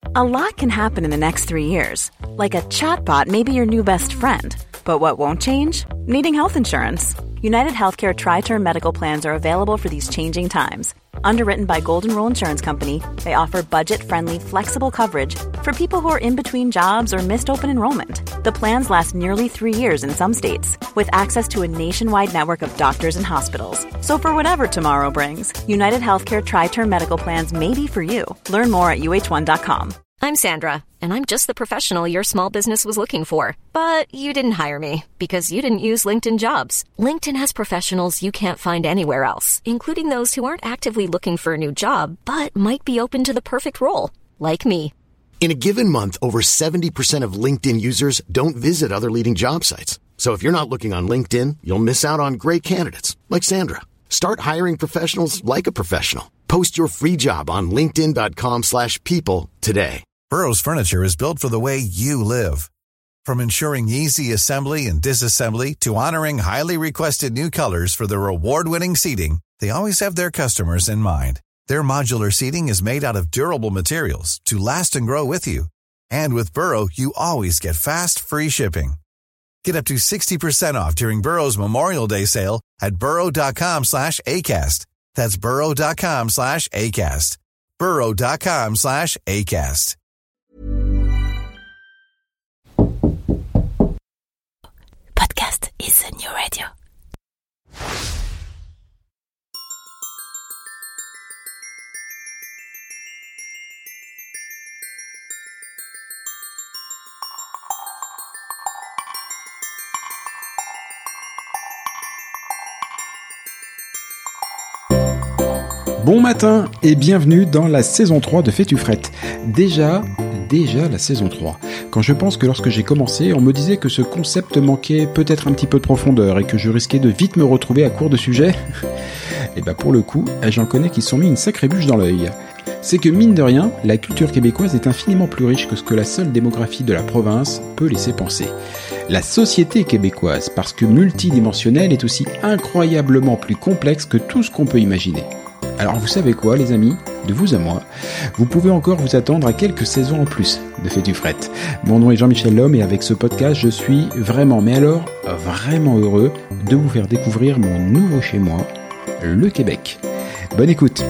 A lot can happen in the next 3 years. Like a chatbot may be your new best friend. But what won't change? Needing health insurance. United Healthcare Tri-Term Medical Plans are available for these changing times. Underwritten by Golden Rule Insurance Company, they offer budget-friendly, flexible coverage for people who are in between jobs or missed open enrollment. The plans last nearly 3 years in some states, with access to a nationwide network of doctors and hospitals. So for whatever tomorrow brings, United Healthcare Tri-Term Medical Plans may be for you. Learn more at uh1.com. I'm Sandra, and I'm just the professional your small business was looking for. But you didn't hire me because you didn't use LinkedIn Jobs. LinkedIn has professionals you can't find anywhere else, including those who aren't actively looking for a new job, but might be open to the perfect role, like me. In a given month, over 70% of LinkedIn users don't visit other leading job sites. So if you're not looking on LinkedIn, you'll miss out on great candidates, like Sandra. Start hiring professionals like a professional. Post your free job on linkedin.com/people today. Burrow's furniture is built for the way you live. From ensuring easy assembly and disassembly to honoring highly requested new colors for their award-winning seating, they always have their customers in mind. Their modular seating is made out of durable materials to last and grow with you. And with Burrow, you always get fast, free shipping. Get up to 60% off during Burrow's Memorial Day sale at burrow.com/ACAST. That's burrow.com/ACAST. burrow.com/ACAST. Podcast is the new radio. Bon matin et bienvenue dans la saison 3 de Fais-tu frette. Déjà la saison 3. Quand je pense que lorsque j'ai commencé, on me disait que ce concept manquait peut-être un petit peu de profondeur et que je risquais de vite me retrouver à court de sujets. Et bah pour le coup, j'en connais qui se sont mis une sacrée bûche dans l'œil. C'est que mine de rien, la culture québécoise est infiniment plus riche que ce que la seule démographie de la province peut laisser penser. La société québécoise, parce que multidimensionnelle, est aussi incroyablement plus complexe que tout ce qu'on peut imaginer. Alors vous savez quoi les amis ? De vous à moi, vous pouvez encore vous attendre à quelques saisons en plus de Fais-tu frette. Mon nom est Jean-Michel Lhomme et avec ce podcast, je suis vraiment, mais alors vraiment heureux de vous faire découvrir mon nouveau chez moi, le Québec. Bonne écoute.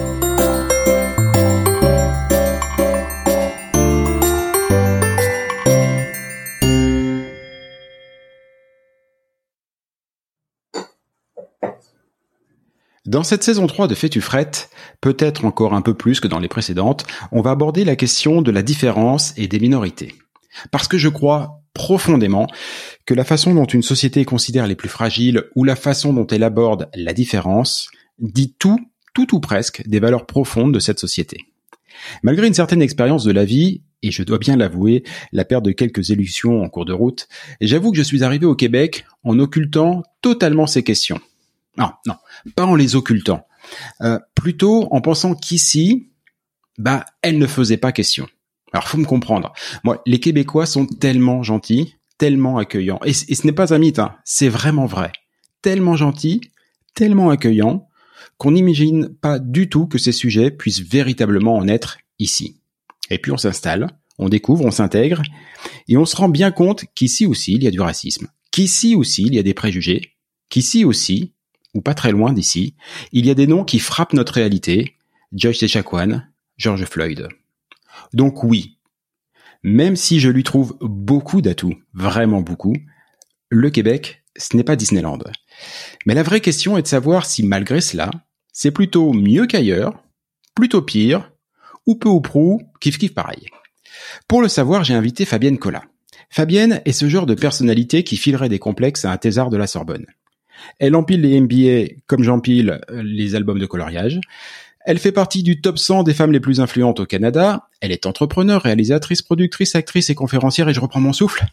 Dans cette saison 3 de Fais-tu frette, peut-être encore un peu plus que dans les précédentes, on va aborder la question de la différence et des minorités. Parce que je crois profondément que la façon dont une société considère les plus fragiles ou la façon dont elle aborde la différence dit tout ou presque des valeurs profondes de cette société. Malgré une certaine expérience de la vie, et je dois bien l'avouer, la perte de quelques élections en cours de route, j'avoue que je suis arrivé au Québec en occultant totalement ces questions. Non, pas en les occultant. Plutôt en pensant qu'ici, elles ne faisaient pas question. Alors, faut me comprendre. Moi, les Québécois sont tellement gentils, tellement accueillants. Et ce n'est pas un mythe, hein, c'est vraiment vrai. Tellement gentils, tellement accueillants, qu'on n'imagine pas du tout que ces sujets puissent véritablement en être ici. Et puis on s'installe, on découvre, on s'intègre, et on se rend bien compte qu'ici aussi, il y a du racisme. Qu'ici aussi, il y a des préjugés. Qu'ici aussi, ou pas très loin d'ici, il y a des noms qui frappent notre réalité, Joyce Echaquan, George Floyd. Donc oui, même si je lui trouve beaucoup d'atouts, vraiment beaucoup, le Québec, ce n'est pas Disneyland. Mais la vraie question est de savoir si malgré cela, c'est plutôt mieux qu'ailleurs, plutôt pire, ou peu ou prou, kiff pareil. Pour le savoir, j'ai invité Fabienne Collat. Fabienne est ce genre de personnalité qui filerait des complexes à un thésard de la Sorbonne. Elle empile les MBA comme j'empile les albums de coloriage. Elle fait partie du top 100 des femmes les plus influentes au Canada. Elle est entrepreneure, réalisatrice, productrice, actrice et conférencière, et je reprends mon souffle.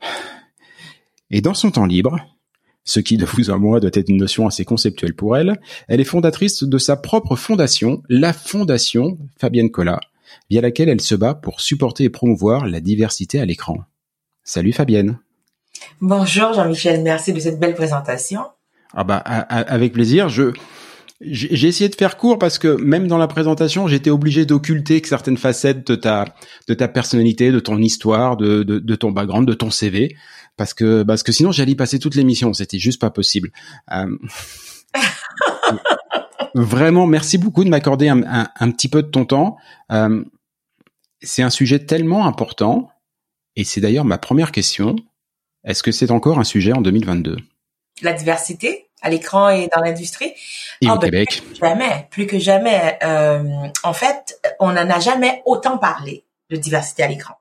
Et dans son temps libre, ce qui de vous à moi doit être une notion assez conceptuelle pour elle, elle est fondatrice de sa propre fondation, la Fondation Fabienne Collat, via laquelle elle se bat pour supporter et promouvoir la diversité à l'écran. Salut Fabienne. Bonjour Jean-Michel, merci de cette belle présentation. Avec plaisir. J'ai essayé de faire court parce que même dans la présentation, j'étais obligé d'occulter certaines facettes de ta personnalité, de ton histoire, de ton background, de ton CV, parce que sinon j'allais y passer toute l'émission. C'était juste pas possible. Vraiment, merci beaucoup de m'accorder un petit peu de ton temps. C'est un sujet tellement important, et c'est d'ailleurs ma première question. Est-ce que c'est encore un sujet en 2022? La diversité à l'écran et dans l'industrie. Et au Québec? Plus que jamais. En fait, on n'en a jamais autant parlé de diversité à l'écran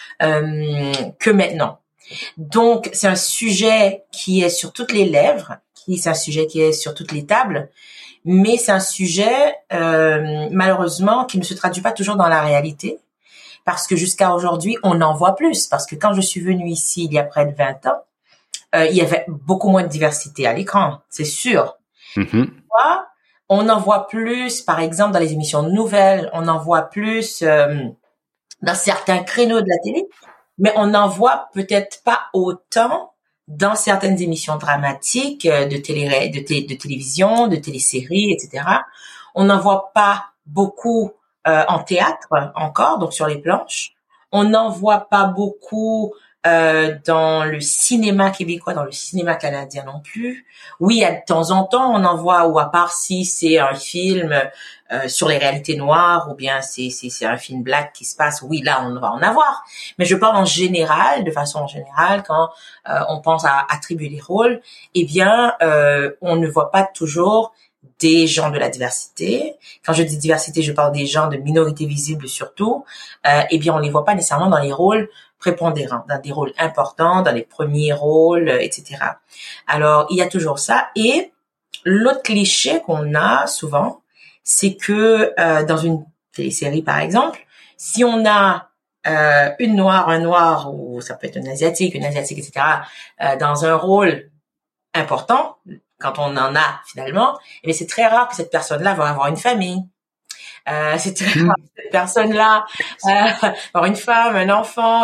que maintenant. Donc, c'est un sujet qui est sur toutes les lèvres, c'est un sujet qui est sur toutes les tables, mais c'est un sujet, malheureusement, qui ne se traduit pas toujours dans la réalité, parce que jusqu'à aujourd'hui, on en voit plus. Parce que quand je suis venue ici il y a près de 20 ans, il y avait beaucoup moins de diversité à l'écran, c'est sûr. Mm-hmm. On en voit plus, par exemple, dans les émissions de nouvelles, on en voit plus dans certains créneaux de la télé, mais on n'en voit peut-être pas autant dans certaines émissions dramatiques de télévision, de téléséries, etc. On n'en voit pas beaucoup en théâtre encore, donc sur les planches. On n'en voit pas beaucoup dans le cinéma québécois, dans le cinéma canadien non plus. Oui, de temps en temps, on en voit, ou à part si c'est un film sur les réalités noires, ou bien c'est un film black qui se passe, oui, là, on va en avoir. Mais je parle en général, de façon générale, quand on pense à attribuer les rôles, eh bien, on ne voit pas toujours des gens de la diversité. Quand je dis diversité, je parle des gens de minorités visibles surtout. Eh bien, on les voit pas nécessairement dans les rôles prépondérants, dans des rôles importants, dans les premiers rôles, etc. Alors, il y a toujours ça. Et l'autre cliché qu'on a souvent, c'est que dans une télésérie, par exemple, si on a une noire, un noir, ou ça peut être une asiatique, etc., dans un rôle important, quand on en a finalement, eh bien, c'est très rare que cette personne-là va avoir une famille. C'est très rare que cette personne-là va avoir une femme, un enfant,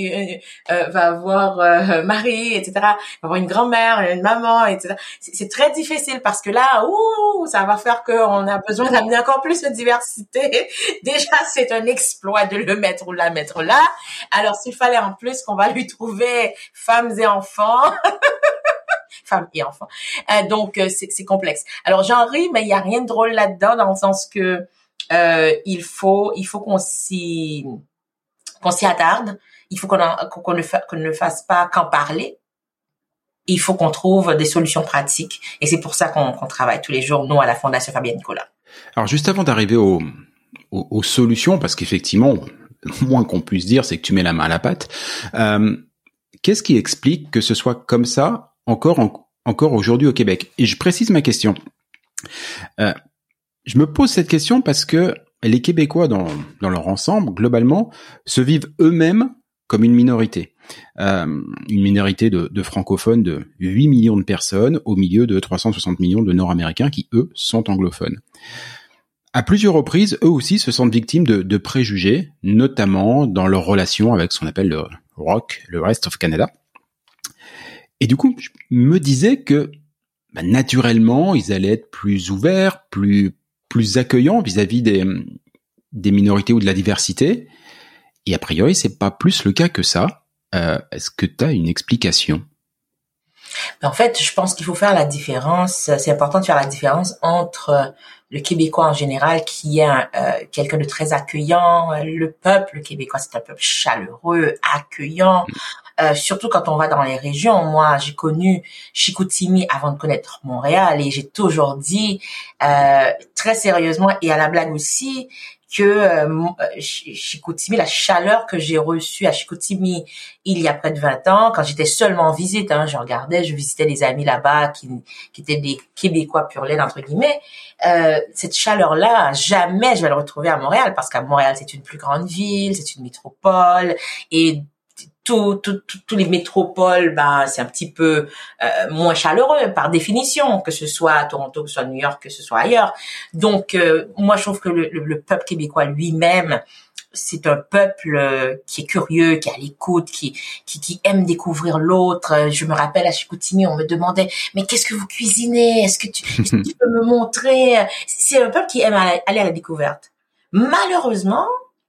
va avoir mari, etc. Va avoir une grand-mère, une maman, etc. C'est très difficile parce que là, ça va faire qu'on a besoin d'amener encore plus de diversité. Déjà, c'est un exploit de le mettre ou la mettre là. Alors, s'il fallait en plus qu'on va lui trouver femmes et enfants... femmes et enfants. Donc, c'est complexe. Alors, j'en ris, mais il y a rien de drôle là-dedans, dans le sens que il faut qu'on s'y attarde. Il faut qu'on ne fasse pas qu'en parler. Il faut qu'on trouve des solutions pratiques. Et c'est pour ça qu'on travaille tous les jours, nous, à la Fondation Fabien Nicolas. Alors, juste avant d'arriver aux solutions, parce qu'effectivement, le moins qu'on puisse dire, c'est que tu mets la main à la pâte. Qu'est-ce qui explique que ce soit comme ça encore aujourd'hui au Québec? Et je précise ma question. Je me pose cette question parce que les Québécois, dans leur ensemble, globalement, se vivent eux-mêmes comme une minorité. Une minorité de francophones de 8 millions de personnes au milieu de 360 millions de Nord-Américains qui, eux, sont anglophones. À plusieurs reprises, eux aussi se sentent victimes de préjugés, notamment dans leur relation avec ce qu'on appelle le ROC, le Rest of Canada. Et du coup, je me disais que naturellement, ils allaient être plus ouverts, plus accueillants vis-à-vis des minorités ou de la diversité. Et a priori, c'est pas plus le cas que ça. Est-ce que tu as une explication? En fait, je pense qu'il faut faire la différence. C'est important de faire la différence entre le Québécois en général, qui est quelqu'un de très accueillant. Le peuple québécois, c'est un peuple chaleureux, accueillant. Surtout quand on va dans les régions. Moi, j'ai connu Chicoutimi avant de connaître Montréal, et j'ai toujours dit très sérieusement et à la blague aussi que Chicoutimi, la chaleur que j'ai reçue à Chicoutimi il y a près de 20 ans, quand j'étais seulement en visite, je visitais des amis là-bas qui étaient des Québécois pur laine, entre guillemets, cette chaleur-là, jamais je vais le retrouver à Montréal, parce qu'à Montréal, c'est une plus grande ville, c'est une métropole, et tous les métropoles, c'est un petit peu moins chaleureux par définition, que ce soit à Toronto, que ce soit à New York, que ce soit ailleurs. Donc, moi, je trouve que le peuple québécois lui-même c'est un peuple qui est curieux, qui est à l'écoute, qui aime découvrir l'autre. Je me rappelle à Chicoutimi, on me demandait mais qu'est-ce que vous cuisinez? Est-ce que tu peux me montrer? C'est un peuple qui aime aller à la découverte. Malheureusement,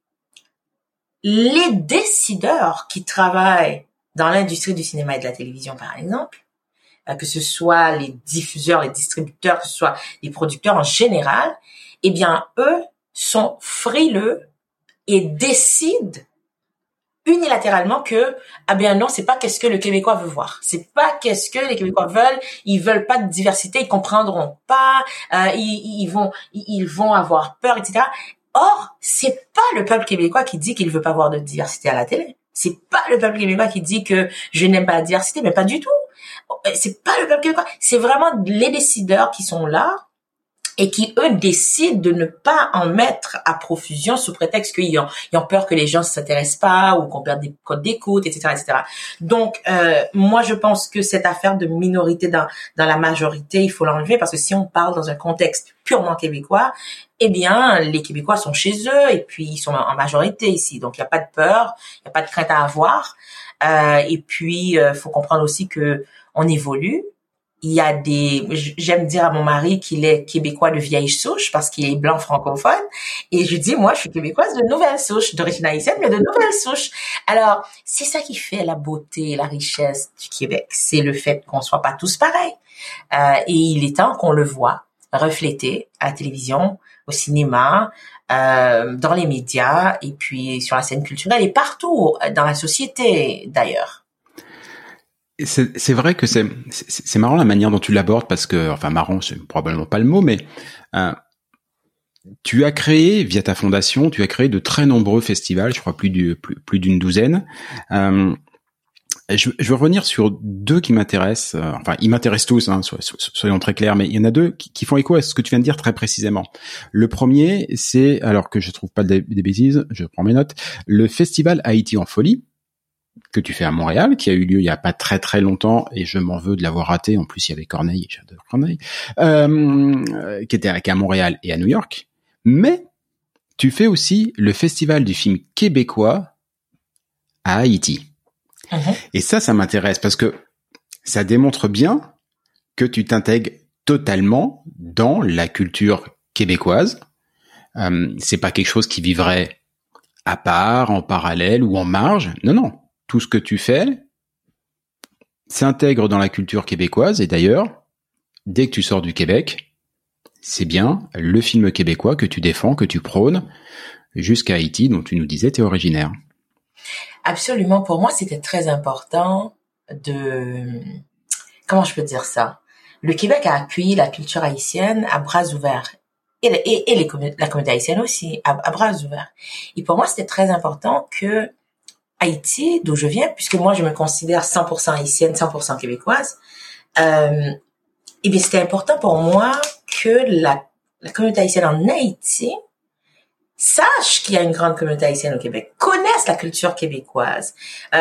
les décideurs qui travaillent dans l'industrie du cinéma et de la télévision, par exemple, que ce soit les diffuseurs, les distributeurs, que ce soit les producteurs en général, eh bien, eux sont frileux et décident unilatéralement que, ah bien non, c'est pas qu'est-ce que le Québécois veut voir. C'est pas qu'est-ce que les Québécois veulent. Ils veulent pas de diversité, ils comprendront pas, ils vont avoir peur, etc. Or, c'est pas le peuple québécois qui dit qu'il veut pas voir de diversité à la télé. C'est pas le peuple québécois qui dit que je n'aime pas la diversité, mais pas du tout. C'est pas le peuple québécois. C'est vraiment les décideurs qui sont là et qui, eux, décident de ne pas en mettre à profusion sous prétexte qu'ils ont peur que les gens ne s'intéressent pas ou qu'on perde des codes d'écoute, etc., etc. Donc, moi, je pense que cette affaire de minorité dans la majorité, il faut l'enlever parce que si on parle dans un contexte purement québécois, eh bien, les Québécois sont chez eux et puis ils sont en majorité ici. Donc, il n'y a pas de peur, il n'y a pas de crainte à avoir. Et puis, faut comprendre aussi que on évolue. Il y a j'aime dire à mon mari qu'il est québécois de vieille souche parce qu'il est blanc francophone. Et je dis, moi, je suis québécoise de nouvelle souche, d'origine haïtienne, mais de nouvelle souche. Alors, c'est ça qui fait la beauté et la richesse du Québec. C'est le fait qu'on soit pas tous pareils. Et il est temps qu'on le voit reflété à la télévision, au cinéma, dans les médias, et puis sur la scène culturelle et partout dans la société, d'ailleurs. C'est vrai que c'est marrant la manière dont tu l'abordes parce que, enfin marrant, c'est probablement pas le mot, mais tu as créé via ta fondation, tu as créé de très nombreux festivals, je crois plus d'une douzaine. Je veux revenir sur deux qui m'intéressent. Enfin, ils m'intéressent tous, hein, soyons très clairs, mais il y en a deux qui font écho à ce que tu viens de dire très précisément. Le premier, c'est, alors que je trouve pas des bêtises, je prends mes notes, le festival Haïti en folie, que tu fais à Montréal, qui a eu lieu il y a pas très très longtemps, et je m'en veux de l'avoir raté. En plus, il y avait Corneille, j'adore Corneille, qui était à Montréal et à New York. Mais tu fais aussi le festival du film québécois à Haïti. Et ça m'intéresse parce que ça démontre bien que tu t'intègres totalement dans la culture québécoise. C'est pas quelque chose qui vivrait à part, en parallèle ou en marge. Non. Tout ce que tu fais s'intègre dans la culture québécoise. Et d'ailleurs, dès que tu sors du Québec, c'est bien le film québécois que tu défends, que tu prônes, jusqu'à Haïti, dont tu nous disais t'es originaire. Absolument. Pour moi, c'était très important comment je peux dire ça? Le Québec a accueilli la culture haïtienne à bras ouverts. Et la communauté haïtienne aussi, à bras ouverts. Et pour moi, c'était très important que Haïti, d'où je viens, puisque moi, je me considère 100% haïtienne, 100% québécoise, et bien, c'était important pour moi que la communauté haïtienne en Haïti sache qu'il y a une grande communauté haïtienne au Québec, connaisse la culture québécoise.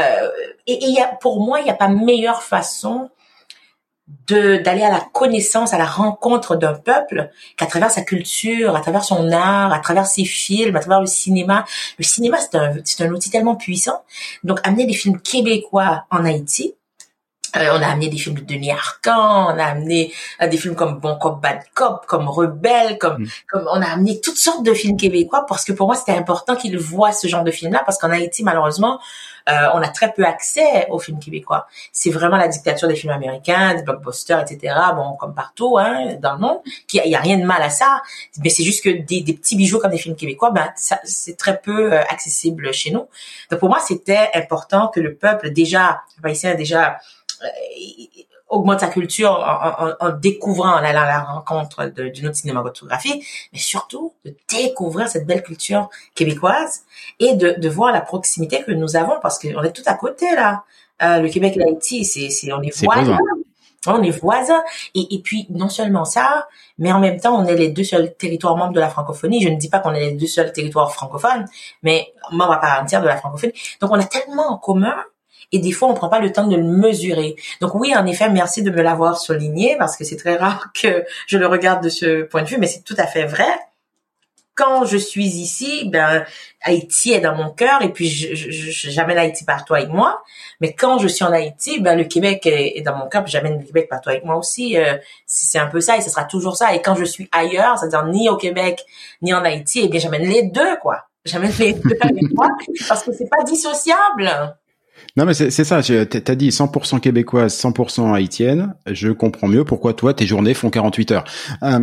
Pour moi, il n'y a pas meilleure façon d'aller à la connaissance, à la rencontre d'un peuple qu'à travers sa culture, à travers son art, à travers ses films, à travers le cinéma. Le cinéma, c'est un outil tellement puissant. Donc, amener des films québécois en Haïti, on a amené des films de Denis Arcand, on a amené des films comme Bon Cop, Bad Cop, comme Rebelle, comme on a amené toutes sortes de films québécois parce que pour moi, c'était important qu'ils voient ce genre de films-là parce qu'en Haïti, malheureusement, on a très peu accès aux films québécois. C'est vraiment la dictature des films américains, des blockbusters, etc. Bon, comme partout, hein, dans le monde. Il y a rien de mal à ça. Mais c'est juste que des petits bijoux comme des films québécois, ça, c'est très peu accessible chez nous. Donc pour moi, c'était important que le peuple haïtien augmente sa culture en découvrant, en allant à la rencontre d'une autre cinématographie, mais surtout de découvrir cette belle culture québécoise et de voir la proximité que nous avons parce qu'on est tout à côté là. Le Québec et l'Haïti, on est voisins. On est voisins. Et puis, non seulement ça, mais en même temps, on est les deux seuls territoires membres de la francophonie. Je ne dis pas qu'on est les deux seuls territoires francophones, mais membres à part entière de la francophonie. Donc, on a tellement en commun. Et des fois, on prend pas le temps de le mesurer. Donc oui, en effet, merci de me l'avoir souligné parce que c'est très rare que je le regarde de ce point de vue, mais c'est tout à fait vrai. quand je suis ici, ben Haïti est dans mon cœur et puis j'amène Haïti partout avec moi. Mais quand je suis en Haïti, ben le Québec est dans mon cœur, puis j'amène le Québec partout avec moi aussi. C'est un peu ça et ce sera toujours ça. Et quand je suis ailleurs, c'est-à-dire ni au Québec ni en Haïti, eh bien j'amène les deux, quoi. J'amène les deux avec moi parce que c'est pas dissociable. Non, mais c'est ça. T'as dit 100% québécoise, 100% haïtienne. Je comprends mieux pourquoi toi, tes journées font 48 heures.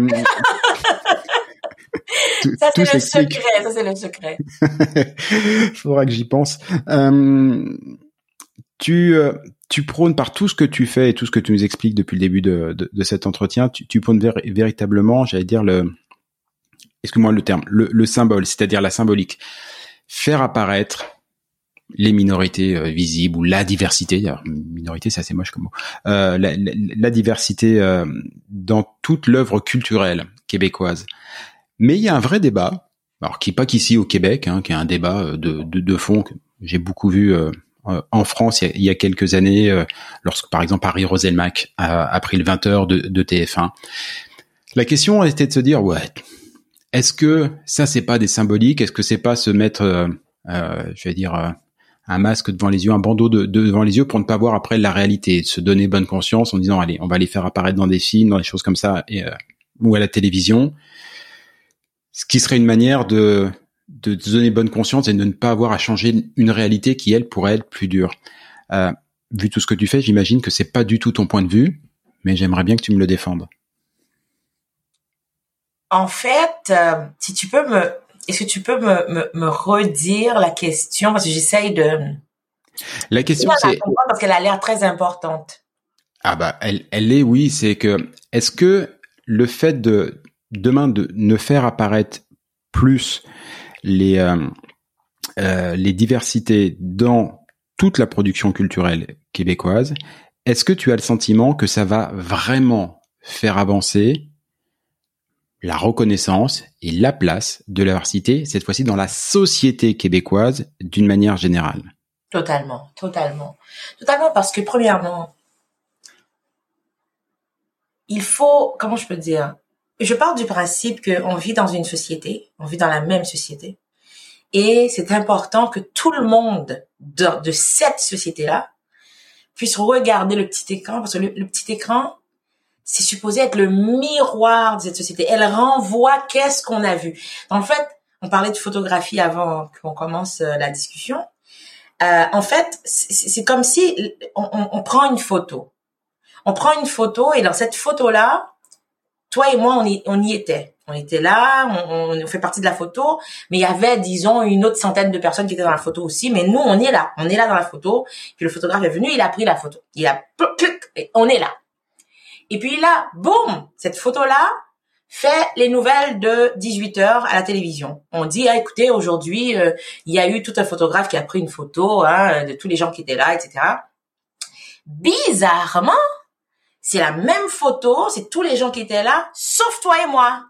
Ça, c'est le secret. Ça, c'est le secret. Faudra que j'y pense. Tu prônes par tout ce que tu fais et tout ce que tu nous expliques depuis le début de cet entretien, tu prônes véritablement, j'allais dire excuse-moi le terme, le symbole, c'est-à-dire la symbolique. Faire apparaître les minorités visibles ou la diversité. Alors, minorité, c'est assez moche comme mot. La diversité dans toute l'œuvre culturelle québécoise. Mais il y a un vrai débat, alors qui est pas qu'ici au Québec, qui est un débat de fond que j'ai beaucoup vu en France il y a quelques années, lorsque par exemple Harry Roselmack a pris le 20h de TF1. La question était de se dire, ouais, est-ce que ça c'est pas des symboliques, est-ce que c'est pas se mettre, je vais dire, un masque devant les yeux, un bandeau devant les yeux pour ne pas voir après la réalité, se donner bonne conscience en disant allez, on va les faire apparaître dans des films, dans des choses comme ça, ou à la télévision, ce qui serait une manière de se donner bonne conscience et de ne pas avoir à changer une réalité qui elle pourrait être plus dure. Vu tout ce que tu fais, j'imagine que c'est pas du tout ton point de vue, mais j'aimerais bien que tu me le défendes. En fait, si tu peux est-ce que tu peux me redire la question parce que j'essaye de. La question c'est parce qu'elle a l'air très importante. Ah bah elle est oui, c'est que est-ce que le fait de demain de ne faire apparaître plus les diversités dans toute la production culturelle québécoise, est-ce que tu as le sentiment que ça va vraiment faire avancer la reconnaissance et la place de la diversité, cette fois-ci dans la société québécoise d'une manière générale? Totalement parce que premièrement, il faut, comment je peux dire, je pars du principe qu'on vit dans une société, on vit dans la même société, et c'est important que tout le monde de cette société-là puisse regarder le petit écran, parce que le petit écran, c'est supposé être le miroir de cette société. Elle renvoie qu'est-ce qu'on a vu. En fait, on parlait de photographie avant qu'on commence la discussion. En fait, c'est comme si on prend une photo. On prend une photo et dans cette photo-là, toi et moi, on y était. On était là, on fait partie de la photo, mais il y avait, disons, une autre centaine de personnes qui étaient dans la photo aussi, mais nous, on est là dans la photo, puis le photographe est venu, il a pris la photo. Il a et on est là. Et puis là, boum, cette photo-là fait les nouvelles de 18h à la télévision. On dit, écoutez, aujourd'hui, il y a eu tout un photographe qui a pris une photo de tous les gens qui étaient là, etc. Bizarrement, c'est la même photo, c'est tous les gens qui étaient là, sauf toi et moi.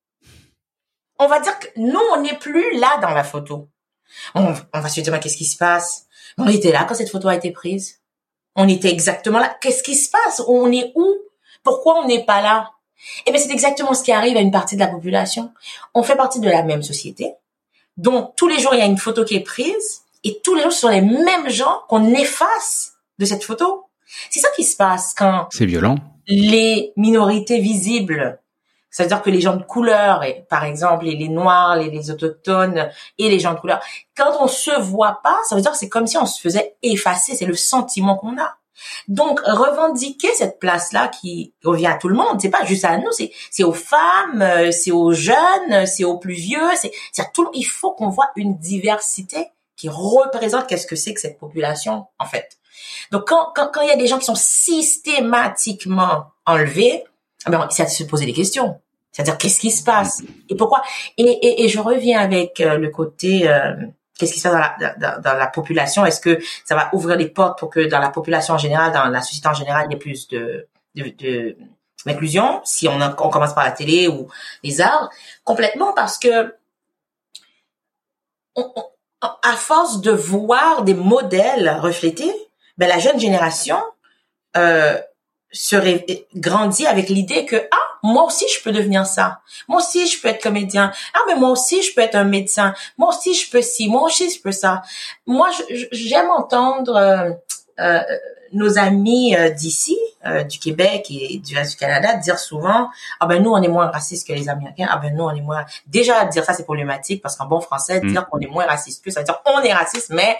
On va dire que nous, on n'est plus là dans la photo. On va se dire, mais qu'est-ce qui se passe? On était là quand cette photo a été prise. On était exactement là. Qu'est-ce qui se passe? On est où? Pourquoi on n'est pas là? Eh bien, c'est exactement ce qui arrive à une partie de la population. On fait partie de la même société. Donc, tous les jours, il y a une photo qui est prise et tous les jours, ce sont les mêmes gens qu'on efface de cette photo. C'est ça qui se passe quand... C'est violent. Les minorités visibles, c'est-à-dire que les gens de couleur, par exemple, les noirs, les autochtones et les gens de couleur, quand on se voit pas, ça veut dire que c'est comme si on se faisait effacer. C'est le sentiment qu'on a. Donc, revendiquer cette place-là qui revient à tout le monde, c'est pas juste à nous, c'est aux femmes, c'est aux jeunes, c'est aux plus vieux, c'est à tout le monde. Il faut qu'on voit une diversité qui représente qu'est-ce que c'est que cette population, en fait. Donc, quand il y a des gens qui sont systématiquement enlevés, c'est à se poser des questions. C'est-à-dire, qu'est-ce qui se passe? Et pourquoi? Et je reviens avec le côté... qu'est-ce qui se passe dans la population? Est-ce que ça va ouvrir les portes pour que dans la population en général, dans la société en général, il y ait plus d'inclusion? Si on commence par la télé ou les arts, complètement, parce que à force de voir des modèles reflétés, la jeune génération grandit avec l'idée que moi aussi je peux devenir ça, moi aussi je peux être comédien, mais moi aussi je peux être un médecin, moi aussi je peux ci, moi aussi je peux ça. Moi j'aime entendre nos amis d'ici, du Québec et du reste du Canada dire souvent nous on est moins racistes que les Américains, nous on est moins. Déjà dire ça c'est problématique parce qu'en bon français dire qu'on est moins raciste que ça veut dire on est raciste mais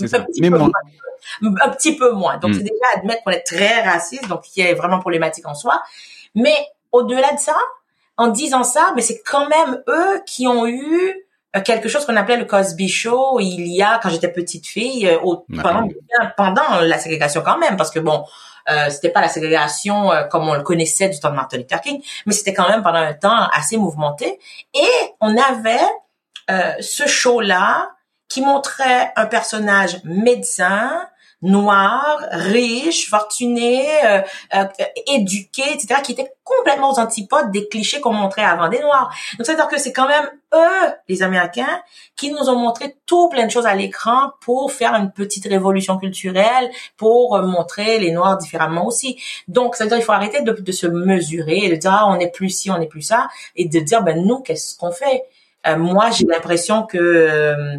un petit peu moins. Donc c'est déjà admettre qu'on est très raciste, donc qui est vraiment problématique en soi. Mais au-delà de ça, en disant ça, mais c'est quand même eux qui ont eu quelque chose qu'on appelait le Cosby Show quand j'étais petite fille, pendant la ségrégation quand même, parce que c'était pas la ségrégation comme on le connaissait du temps de Martin Luther King, mais c'était quand même pendant un temps assez mouvementé. Et on avait ce show-là qui montrait un personnage médecin, noir, riche, fortuné, éduqué, etc., qui était complètement aux antipodes des clichés qu'on montrait avant des Noirs. Donc, c'est-à-dire que c'est quand même eux, les Américains, qui nous ont montré tout plein de choses à l'écran pour faire une petite révolution culturelle, pour montrer les Noirs différemment aussi. Donc, c'est-à-dire qu'il faut arrêter de se mesurer et de dire on n'est plus ci, on n'est plus ça, et de dire nous, qu'est-ce qu'on fait? Moi, j'ai l'impression que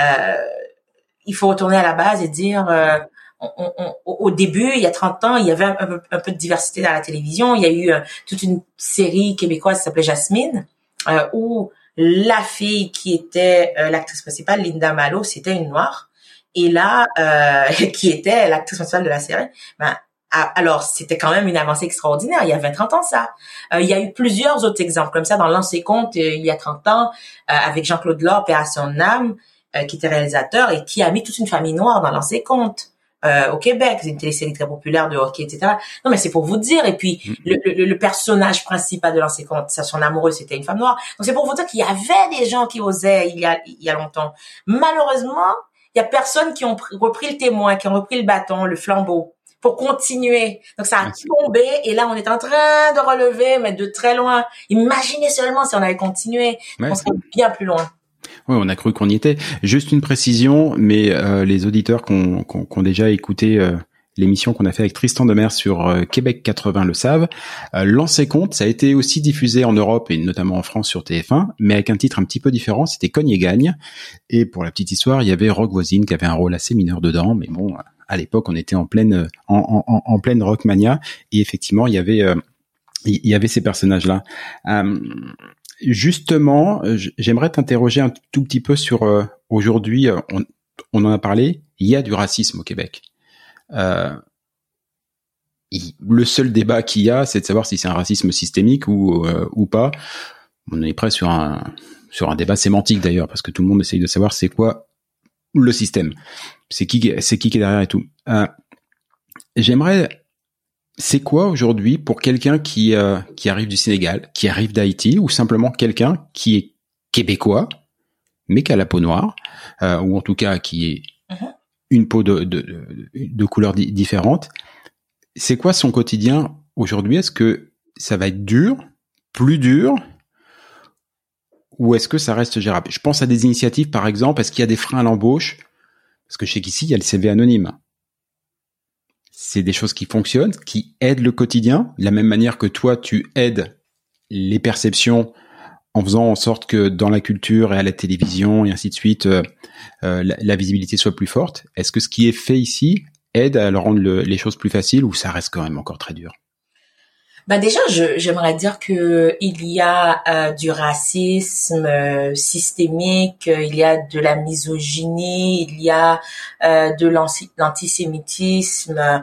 il faut retourner à la base et dire au début, il y a 30 ans, il y avait un peu de diversité dans la télévision. Il y a eu toute une série québécoise qui s'appelait Jasmine, où la fille qui était l'actrice principale, Linda Malo, c'était une noire. Et là, qui était l'actrice principale de la série, alors c'était quand même une avancée extraordinaire. Il y a 20-30 ans, ça. Il y a eu plusieurs autres exemples comme ça dans Lancer Compte il y a 30 ans, avec Jean-Claude Laure, paix à son âme, qui était réalisateur et qui a mis toute une famille noire dans Lancer Compte. Au Québec, c'est une télésérie très populaire de hockey, etc. Non, mais c'est pour vous dire. Et puis, le personnage principal de Lancer Compte, son amoureux, c'était une femme noire. Donc, c'est pour vous dire qu'il y avait des gens qui osaient il y a longtemps. Malheureusement, il y a personne qui ont repris le témoin, qui ont repris le bâton, le flambeau, pour continuer. Donc, ça a tombé, et là, on est en train de relever, mais de très loin. Imaginez seulement si on avait continué, on serait bien plus loin. Oui, on a cru qu'on y était. Juste une précision, mais les auditeurs qui ont déjà écouté l'émission qu'on a fait avec Tristan Demers sur Québec 80 le savent. Lancer Compte, ça a été aussi diffusé en Europe et notamment en France sur TF1, mais avec un titre un petit peu différent, c'était Cogne et Gagne. Et pour la petite histoire, il y avait Rock Voisine qui avait un rôle assez mineur dedans, mais bon, à l'époque, on était en pleine Rockmania, et effectivement, il y avait ces personnages-là. Justement, j'aimerais t'interroger un tout petit peu sur aujourd'hui, on en a parlé, il y a du racisme au Québec. Le seul débat qu'il y a, c'est de savoir si c'est un racisme systémique ou pas. On est prêt sur un débat sémantique d'ailleurs, parce que tout le monde essaye de savoir c'est quoi le système, c'est qui est derrière et tout. C'est quoi aujourd'hui pour quelqu'un qui arrive du Sénégal, qui arrive d'Haïti, ou simplement quelqu'un qui est québécois mais qui a la peau noire, ou en tout cas qui est une peau de couleurs différentes. C'est quoi son quotidien aujourd'hui? Est-ce que ça va être dur, plus dur, ou est-ce que ça reste gérable? Je pense à des initiatives, par exemple. Est-ce qu'il y a des freins à l'embauche? Parce que je sais qu'ici, il y a le CV anonyme. C'est des choses qui fonctionnent, qui aident le quotidien, de la même manière que toi, tu aides les perceptions en faisant en sorte que dans la culture et à la télévision et ainsi de suite, la visibilité soit plus forte. Est-ce que ce qui est fait ici aide à leur rendre les choses plus faciles, ou ça reste quand même encore très dur? Déjà, j'aimerais dire que il y a du racisme systémique, il y a de la misogynie, il y a de l'antisémitisme,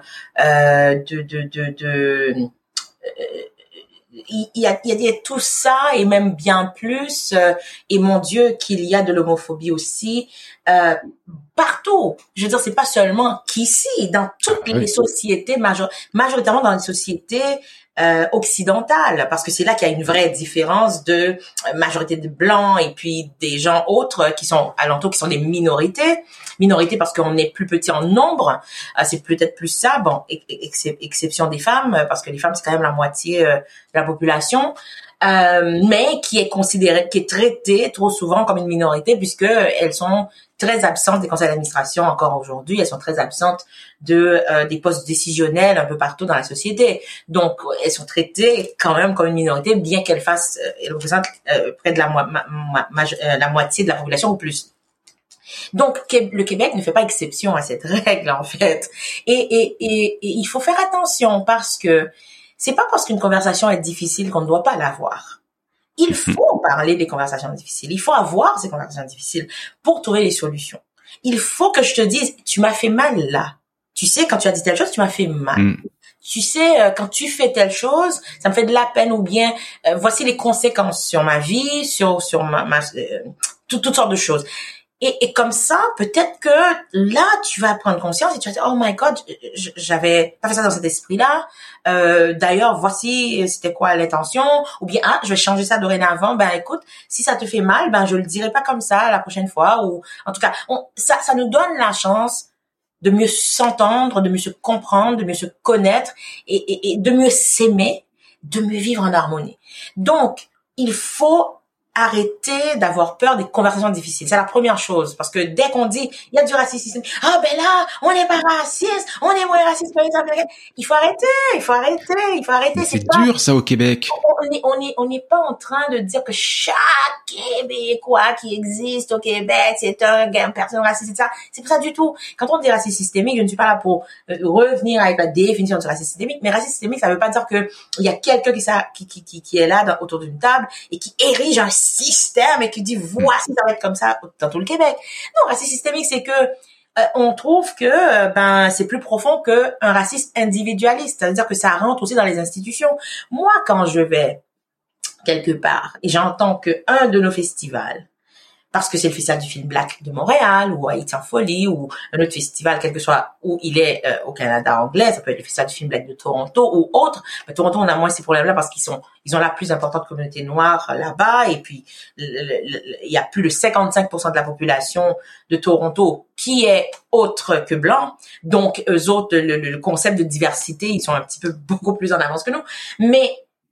il y a tout ça et même bien plus, et mon Dieu qu'il y a de l'homophobie aussi partout. Je veux dire, c'est pas seulement qu'ici, dans toutes les sociétés, majoritairement dans les sociétés occidentales, parce que c'est là qu'il y a une vraie différence de majorité de blancs et puis des gens autres qui sont alentours, qui sont des minorités parce qu'on est plus petit en nombre, c'est peut-être plus ça, exception des femmes, parce que les femmes c'est quand même la moitié de la population, mais qui est traitée trop souvent comme une minorité puisque elles sont très absentes des conseils d'administration encore aujourd'hui. Elles sont très absentes des postes décisionnels un peu partout dans la société. Donc, elles sont traitées quand même comme une minorité, bien qu'elles elles représentent près de la moitié de la population ou plus. Donc, le Québec ne fait pas exception à cette règle, en fait. Et il faut faire attention parce que c'est pas parce qu'une conversation est difficile qu'on ne doit pas l'avoir. Il faut parler des conversations difficiles. Il faut avoir ces conversations difficiles pour trouver les solutions. Il faut que je te dise, tu m'as fait mal là. Tu sais, quand tu as dit telle chose, tu m'as fait mal. Tu sais, quand tu fais telle chose, ça me fait de la peine ou bien, voici les conséquences sur ma vie, sur toutes sortes de choses. Et comme ça, peut-être que là, tu vas prendre conscience et tu vas dire, oh my God, j'avais pas fait ça dans cet esprit-là. D'ailleurs, voici c'était quoi l'intention. Ou bien, je vais changer ça dorénavant. Ben, écoute, si ça te fait mal, ben, je le dirai pas comme ça la prochaine fois. Ou, en tout cas, ça nous donne la chance de mieux s'entendre, de mieux se comprendre, de mieux se connaître et de mieux s'aimer, de mieux vivre en harmonie. Donc, il faut arrêter d'avoir peur des conversations difficiles. C'est la première chose. Parce que dès qu'on dit, il y a du racisme, ben là, on n'est pas raciste, on est moins raciste que les Américains. Il faut arrêter. Mais c'est dur, ça, au Québec. On n'est pas en train de dire que chaque Québécois qui existe au Québec, c'est une personne raciste, etc. C'est pas ça du tout. Quand on dit racisme systémique, je ne suis pas là pour revenir avec la définition du racisme systémique, mais racisme systémique, ça veut pas dire que il y a quelqu'un qui est là autour d'une table et qui érige un système et qui dit voici ça va être comme ça dans tout le Québec. Non, racisme systémique, c'est que on trouve que c'est plus profond que un racisme individualiste, c'est-à-dire que ça rentre aussi dans les institutions. Moi, quand je vais quelque part et j'entends que un de nos festivals, parce que c'est le festival du film Black de Montréal ou Haïti en folie ou un autre festival, quel que soit où il est au Canada anglais, ça peut être le festival du film Black de Toronto ou autre. Mais Toronto, on a moins ces problèmes-là parce qu'ils ont la plus importante communauté noire là-bas et puis il y a plus de 55% de la population de Toronto qui est autre que blanc. Donc eux autres, le concept de diversité, ils sont un petit peu beaucoup plus en avance que nous. Mais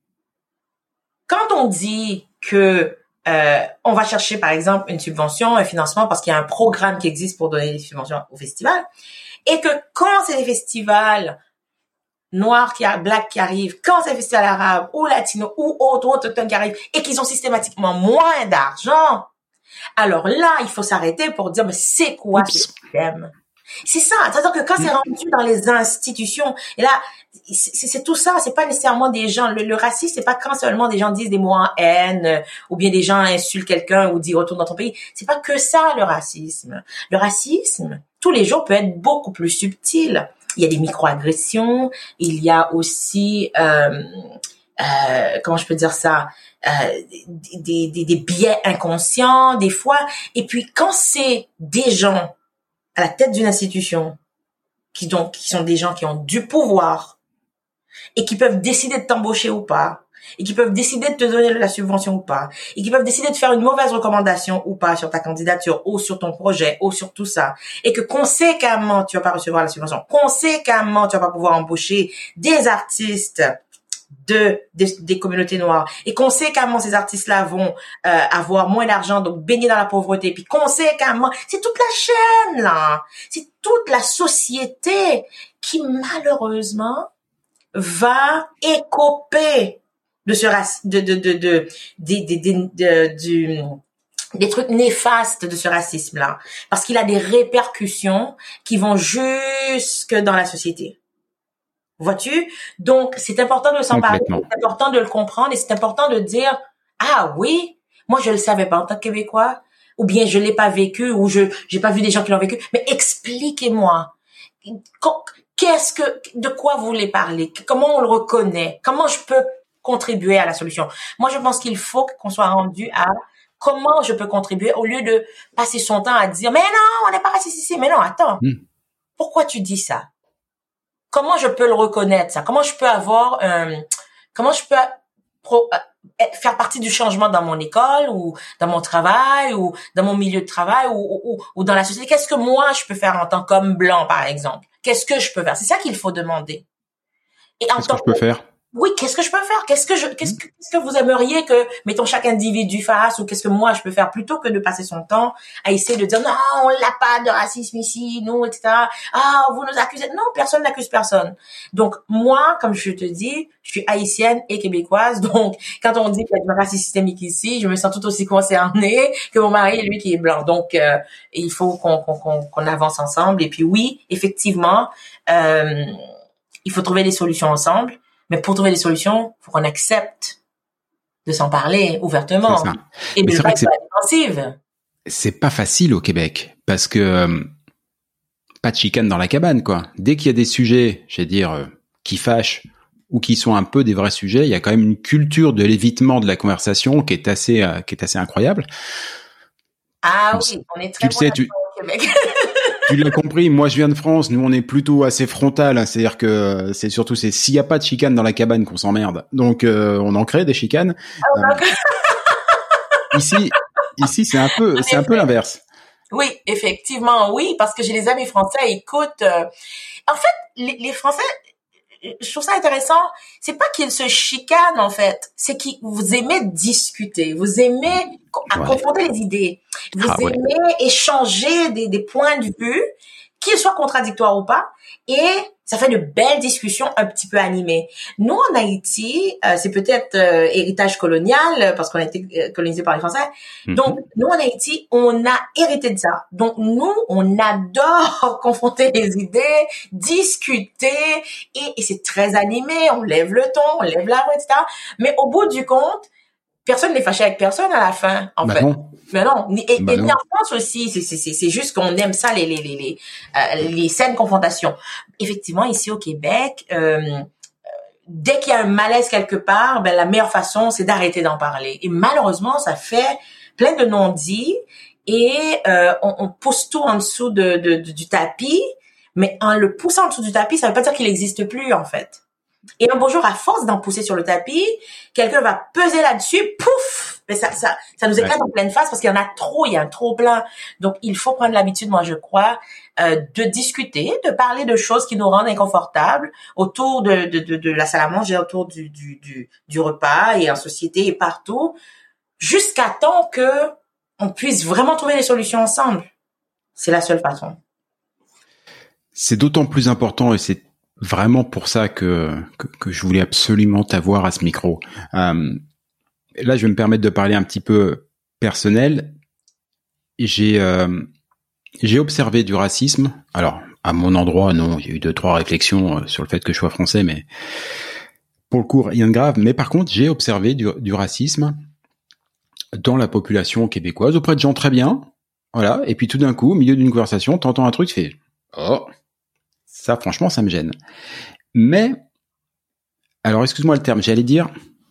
quand on dit que on va chercher, par exemple, une subvention, un financement, parce qu'il y a un programme qui existe pour donner des subventions au festival, et que quand c'est des festivals noirs black qui arrivent, quand c'est des festivals arabes ou latinos ou autres autochtones qui arrivent, et qu'ils ont systématiquement moins d'argent, alors là, il faut s'arrêter pour dire, mais c'est quoi ce système? C'est ça. C'est-à-dire que quand c'est rendu dans les institutions, et là, c'est tout ça. C'est pas nécessairement des gens. Le racisme, c'est pas quand seulement des gens disent des mots en haine, ou bien des gens insultent quelqu'un ou disent retourne dans ton pays. C'est pas que ça, le racisme. Le racisme, tous les jours, peut être beaucoup plus subtil. Il y a des microagressions. Il y a aussi, comment je peux dire ça? Des biais inconscients, des fois. Et puis, quand c'est des gens à la tête d'une institution, qui sont des gens qui ont du pouvoir, et qui peuvent décider de t'embaucher ou pas, et qui peuvent décider de te donner la subvention ou pas, et qui peuvent décider de faire une mauvaise recommandation ou pas sur ta candidature, ou sur ton projet, ou sur tout ça, et que conséquemment, tu vas pas recevoir la subvention, conséquemment, tu vas pas pouvoir embaucher des artistes des communautés noires, et conséquemment ces artistes-là vont avoir moins d'argent, donc baigner dans la pauvreté, puis conséquemment c'est toute la chaîne là, c'est toute la société qui malheureusement va écoper de ce des trucs néfastes de ce racisme-là, parce qu'il a des répercussions qui vont jusque dans la société. Vois-tu? Donc, c'est important de s'en parler, c'est important de le comprendre et c'est important de dire, ah oui, moi je le savais pas en tant que Québécois, ou bien je l'ai pas vécu, ou j'ai pas vu des gens qui l'ont vécu, mais expliquez-moi. De quoi vous voulez parler? Comment on le reconnaît? Comment je peux contribuer à la solution? Moi, je pense qu'il faut qu'on soit rendu à comment je peux contribuer au lieu de passer son temps à dire, mais non, on n'est pas raciste ici. Mais non, attends. Pourquoi tu dis ça? Comment je peux le reconnaître, ça? Comment je peux faire partie du changement dans mon école ou dans mon travail ou dans mon milieu de travail ou dans la société? Qu'est-ce que moi je peux faire en tant qu'homme blanc, par exemple? Qu'est-ce que je peux faire? C'est ça qu'il faut demander. Qu'est-ce que je peux faire? oui, qu'est-ce que je peux faire? Qu'est-ce que vous aimeriez que, mettons, chaque individu fasse, ou qu'est-ce que moi je peux faire, plutôt que de passer son temps à essayer de dire non, on l'a pas de racisme ici, nous, etc. Ah, vous nous accusez. Non, personne n'accuse personne. Donc, moi, comme je te dis, je suis haïtienne et québécoise. Donc, quand on dit qu'il y a du racisme systémique ici, je me sens tout aussi concernée que mon mari, lui, qui est blanc. Donc, il faut qu'on avance ensemble. Et puis, oui, effectivement, il faut trouver des solutions ensemble. Mais pour trouver des solutions, faut qu'on accepte de s'en parler ouvertement et de ne pas être à la défensive. C'est pas facile au Québec parce que pas de chicane dans la cabane, quoi. Dès qu'il y a des sujets, j'allais dire, qui fâchent ou qui sont un peu des vrais sujets, il y a quand même une culture de l'évitement de la conversation qui est assez incroyable. Ah oui, on est très bon au Québec. Tu l'as compris, moi je viens de France, nous on est plutôt assez frontal, hein, c'est-à-dire que c'est surtout s'il y a pas de chicane dans la cabane qu'on s'emmerde. Donc on en crée des chicanes. Ici c'est un peu l'inverse. Oui, effectivement, oui, parce que j'ai des amis français, écoute, en fait, les Français, je trouve ça intéressant, c'est pas qu'ils se chicanent en fait, c'est qu'ils vous aimez discuter, vous aimez confronter les idées, vous aimez échanger des points de vue, qu'ils soient contradictoires ou pas, et ça fait de belles discussions un petit peu animées. Nous en Haïti, c'est peut-être héritage colonial parce qu'on a été colonisé par les Français. Donc nous en Haïti, on a hérité de ça. Donc nous, on adore confronter les idées, discuter, et c'est très animé. On lève le ton, on lève la voix, etc. Mais au bout du compte, personne n'est fâché avec personne à la fin, en fait. Non. Mais non. Et en France aussi, c'est juste qu'on aime ça, les saines confrontations. Effectivement, ici au Québec, dès qu'il y a un malaise quelque part, ben, la meilleure façon, c'est d'arrêter d'en parler. Et malheureusement, ça fait plein de non-dits et, on pousse tout en dessous du tapis, mais en le poussant en dessous du tapis, ça veut pas dire qu'il n'existe plus, en fait. Et un beau jour, à force d'en pousser sur le tapis, quelqu'un va peser là-dessus, pouf! Mais ça nous éclate en pleine face parce qu'il y en a trop, il y a un trop plein. Donc, il faut prendre l'habitude, moi, je crois, de discuter, de parler de choses qui nous rendent inconfortables autour de la salle à manger, autour du repas et en société et partout, jusqu'à temps que on puisse vraiment trouver des solutions ensemble. C'est la seule façon. C'est d'autant plus important et c'est vraiment pour ça que je voulais absolument t'avoir à ce micro. Là, je vais me permettre de parler un petit peu personnel. J'ai observé du racisme. Alors, à mon endroit, non, il y a eu 2-3 réflexions sur le fait que je sois français, mais pour le coup, rien de grave. Mais par contre, j'ai observé du racisme dans la population québécoise, auprès de gens très bien. Voilà. Et puis tout d'un coup, au milieu d'une conversation, t'entends un truc, tu fais « Oh !» Ça, franchement, ça me gêne. Mais, alors, excuse-moi le terme, j'allais dire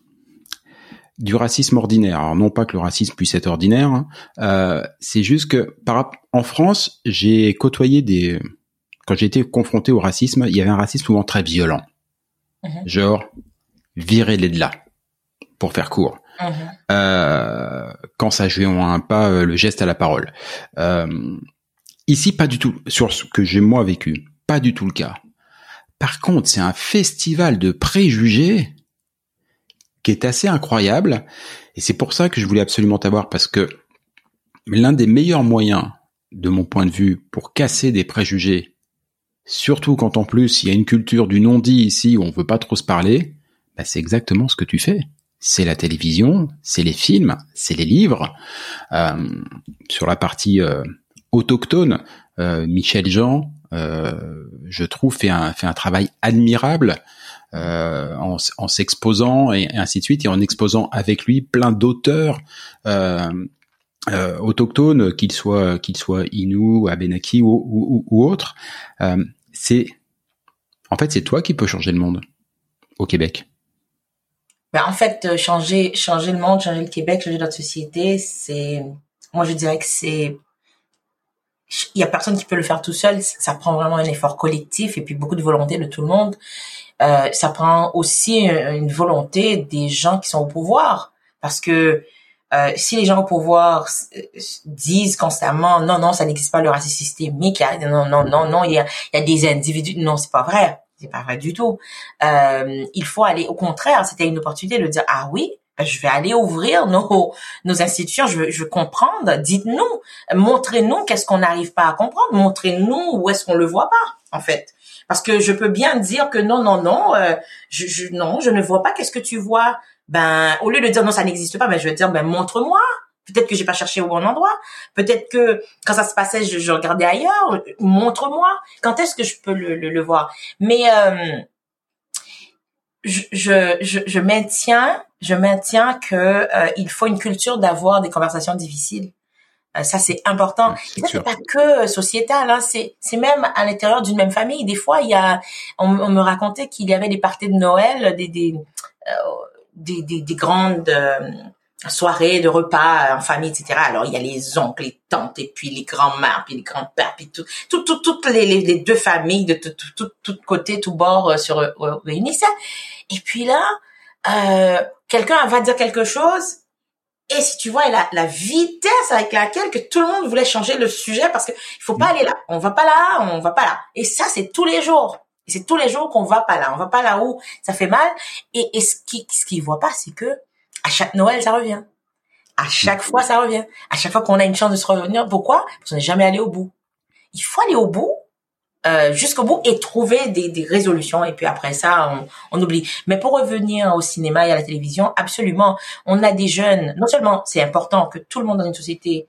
du racisme ordinaire. Alors, non pas que le racisme puisse être ordinaire, c'est juste que, en France, j'ai côtoyé quand j'ai été confronté au racisme, il y avait un racisme souvent très violent. Genre, virez-les de là, pour faire court. Quand ça jouait en un pas le geste à la parole. Ici, pas du tout, sur ce que j'ai moi vécu. Pas du tout le cas. Par contre, c'est un festival de préjugés qui est assez incroyable. Et c'est pour ça que je voulais absolument t'avoir, parce que l'un des meilleurs moyens, de mon point de vue, pour casser des préjugés, surtout quand en plus il y a une culture du non-dit ici où on veut pas trop se parler, bah c'est exactement ce que tu fais. C'est la télévision, c'est les films, c'est les livres. Sur la partie autochtone, Michel Jean, je trouve fait un travail admirable en s'exposant et ainsi de suite, et en exposant avec lui plein d'auteurs autochtones, qu'ils soient Innu, Abénaquis ou autres. C'est toi qui peux changer le monde au Québec. Ben en fait, changer le monde, changer le Québec, changer notre société, moi je dirais que il y a personne qui peut le faire tout seul. Ça prend vraiment un effort collectif et puis beaucoup de volonté de tout le monde. Ça prend aussi une volonté des gens qui sont au pouvoir, parce que si les gens au pouvoir disent constamment non, ça n'existe pas le racisme systémique, non, il y a des individus, non, c'est pas vrai. C'est pas vrai du tout. Il faut aller, au contraire, c'était une opportunité de dire, ah oui, je vais aller ouvrir nos institutions, je veux comprendre, dites-nous, montrez-nous qu'est-ce qu'on n'arrive pas à comprendre, montrez-nous où est-ce qu'on le voit pas, en fait. Parce que je peux bien dire que non, je ne vois pas, qu'est-ce que tu vois? Ben, au lieu de dire non, ça n'existe pas, ben, je vais dire, ben, montre-moi. Peut-être que j'ai pas cherché au bon endroit. Peut-être que quand ça se passait, je regardais ailleurs. Montre-moi. Quand est-ce que je peux le voir? Mais je maintiens que il faut une culture d'avoir des conversations difficiles. Ça, c'est important. Et ça, c'est pas que sociétal, hein. C'est même à l'intérieur d'une même famille. Des fois, on me racontait qu'il y avait des parties de Noël, des grandes soirées de repas en famille, etc. Alors, il y a les oncles, les tantes, et puis les grands-mères, puis les grands-pères, puis toutes les deux familles de tout côté, tout bord se réunissaient. Et puis là, quelqu'un va dire quelque chose. Et si tu vois la vitesse avec laquelle que tout le monde voulait changer le sujet, parce que il faut pas aller là, on va pas là. Et ça, c'est tous les jours. Et c'est tous les jours qu'on va pas là où ça fait mal. Et ce qu'ils voient pas, c'est que à chaque Noël, ça revient. À chaque fois, ça revient. À chaque fois qu'on a une chance de se revenir. Pourquoi? Parce qu'on n'est jamais allé au bout. Il faut aller au bout. Jusqu'au bout et trouver des résolutions, et puis après ça on oublie. Mais pour revenir au cinéma et à la télévision, absolument, on a des jeunes. Non seulement c'est important que tout le monde dans une société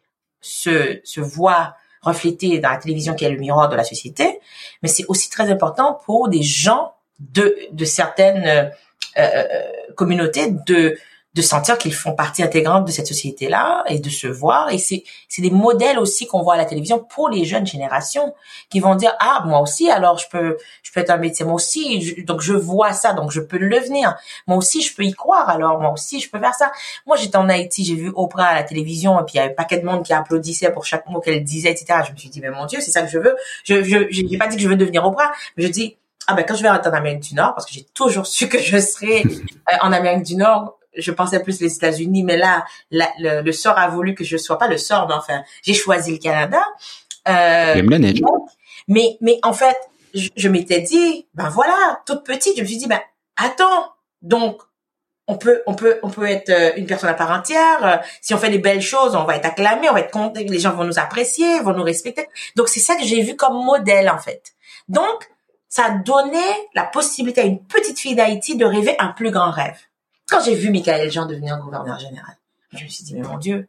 se voit reflété dans la télévision qui est le miroir de la société, mais c'est aussi très important pour des gens de certaines communautés de sentir qu'ils font partie intégrante de cette société-là et de se voir. Et c'est des modèles aussi qu'on voit à la télévision pour les jeunes générations qui vont dire, ah, moi aussi, alors je peux être un médecin, moi aussi, donc je vois ça, donc je peux le devenir. Moi aussi, je peux y croire, alors moi aussi, je peux faire ça. Moi, j'étais en Haïti, j'ai vu Oprah à la télévision, et puis il y avait un paquet de monde qui applaudissait pour chaque mot qu'elle disait, etc. Je me suis dit, mais mon Dieu, c'est ça que je veux. J'ai pas dit que je veux devenir Oprah, mais je dis, ah ben quand je vais en Amérique du Nord, parce que j'ai toujours su que je serais en Amérique du Nord, je pensais plus les États-Unis, mais là, le sort a voulu que je sois pas le sort, mais enfin, j'ai choisi le Canada. J'aime la neige. Mais en fait, je m'étais dit, ben voilà, toute petite, je me suis dit, ben attends, donc on peut être une personne à part entière. Si on fait des belles choses, on va être acclamé, on va être content, les gens vont nous apprécier, vont nous respecter. Donc c'est ça que j'ai vu comme modèle en fait. Donc ça donnait la possibilité à une petite fille d'Haïti de rêver un plus grand rêve. Quand j'ai vu Michaël Jean devenir gouverneur général, je me suis dit, mais mon Dieu,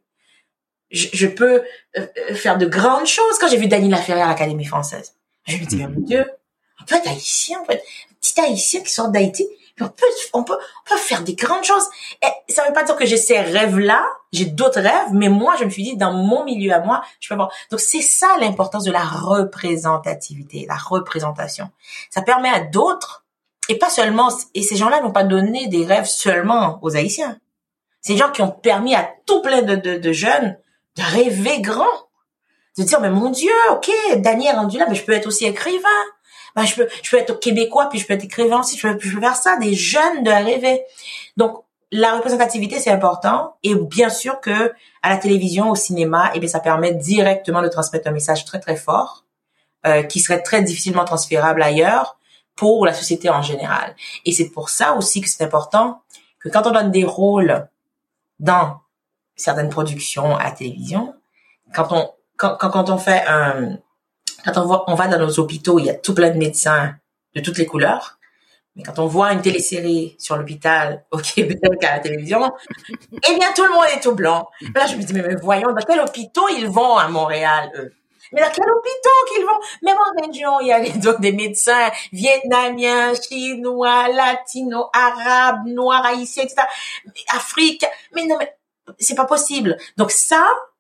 je peux faire de grandes choses. Quand j'ai vu Dany Laferrière à l'Académie française, je me dis, mais mon Dieu, on peut être haïtien, on peut être un petit haïtien qui sort d'Haïti, on peut faire des grandes choses. Et ça veut pas dire que j'ai ces rêves-là, j'ai d'autres rêves, mais moi, je me suis dit, dans mon milieu à moi, je peux avoir. Donc, c'est ça l'importance de la représentativité, la représentation. Ça permet à d'autres. Et pas seulement, et ces gens-là n'ont pas donné des rêves seulement aux Haïtiens. C'est des gens qui ont permis à tout plein de jeunes de rêver grand. De dire, mais mon Dieu, ok, Dany est rendu là, mais je peux être aussi écrivain. Ben, je peux être québécois, puis je peux être écrivain aussi, je peux faire ça, des jeunes de rêver. Donc, la représentativité, c'est important. Et bien sûr que, à la télévision, au cinéma, eh bien, ça permet directement de transmettre un message très, très fort, qui serait très difficilement transférable ailleurs, pour la société en général. Et c'est pour ça aussi que c'est important que quand on donne des rôles dans certaines productions à la télévision, quand on fait quand on va dans nos hôpitaux, il y a tout plein de médecins de toutes les couleurs. Mais quand on voit une télésérie sur l'hôpital au Québec à la télévision, eh bien, tout le monde est tout blanc. Là, je me dis, mais voyons, dans quel hôpital ils vont à Montréal, eux? Mais dans quel hôpital qu'ils vont? Même en région, il y a donc des médecins vietnamiens, chinois, latinos, arabes, noirs, haïtiens, etc. Afrique. Mais non, mais c'est pas possible. Donc ça,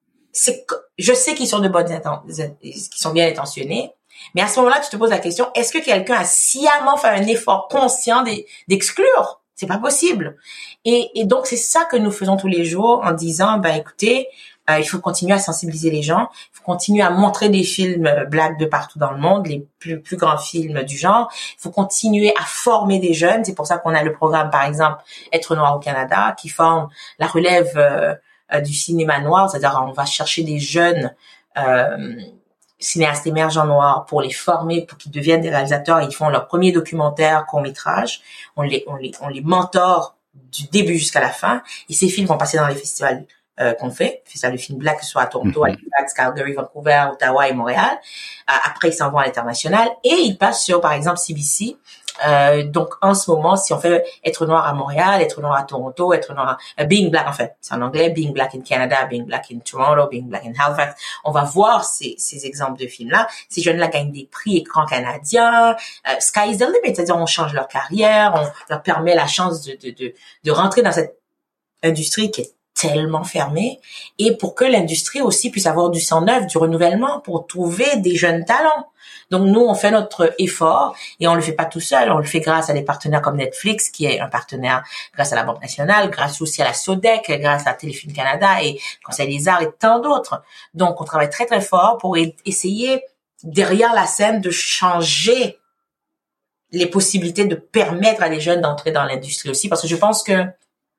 je sais qu'ils sont qu'ils sont bien intentionnés. Mais à ce moment-là, tu te poses la question, est-ce que quelqu'un a sciemment fait un effort conscient d'exclure? C'est pas possible. Et donc, c'est ça que nous faisons tous les jours en disant, ben, écoutez, il faut continuer à sensibiliser les gens, il faut continuer à montrer des films black de partout dans le monde, les plus grands films du genre. Il faut continuer à former des jeunes. C'est pour ça qu'on a le programme, par exemple, Être Noir au Canada, qui forme la relève du cinéma noir. C'est-à-dire, on va chercher des jeunes cinéastes émergents noirs pour les former, pour qu'ils deviennent des réalisateurs. Ils font leur premier documentaire, court-métrage. On les mentore du début jusqu'à la fin. Et ces films vont passer dans les festivals qu'on fait, festival de films black, que ce soit à Toronto, Halifax, Calgary, Vancouver, Ottawa et Montréal. Après, ils s'en vont à l'international et ils passent sur, par exemple, CBC. Donc, en ce moment, si on fait Être noir à Montréal, Être noir à Toronto, Être noir Being Black, en fait, c'est en anglais, Being Black in Canada, Being Black in Toronto, Being Black in Halifax, on va voir ces exemples de films-là. Ces jeunes-là gagnent des prix écran canadiens, sky is the limit, c'est-à-dire on change leur carrière, on leur permet la chance de rentrer dans cette industrie qui est tellement fermée, et pour que l'industrie aussi puisse avoir du sang neuf, du renouvellement, pour trouver des jeunes talents. Donc nous, on fait notre effort et on le fait pas tout seul, on le fait grâce à des partenaires comme Netflix, qui est un partenaire grâce à la Banque nationale, grâce aussi à la SODEC, grâce à Téléfilm Canada et Conseil des arts et tant d'autres. Donc on travaille très très fort pour essayer derrière la scène de changer les possibilités, de permettre à des jeunes d'entrer dans l'industrie aussi, parce que je pense que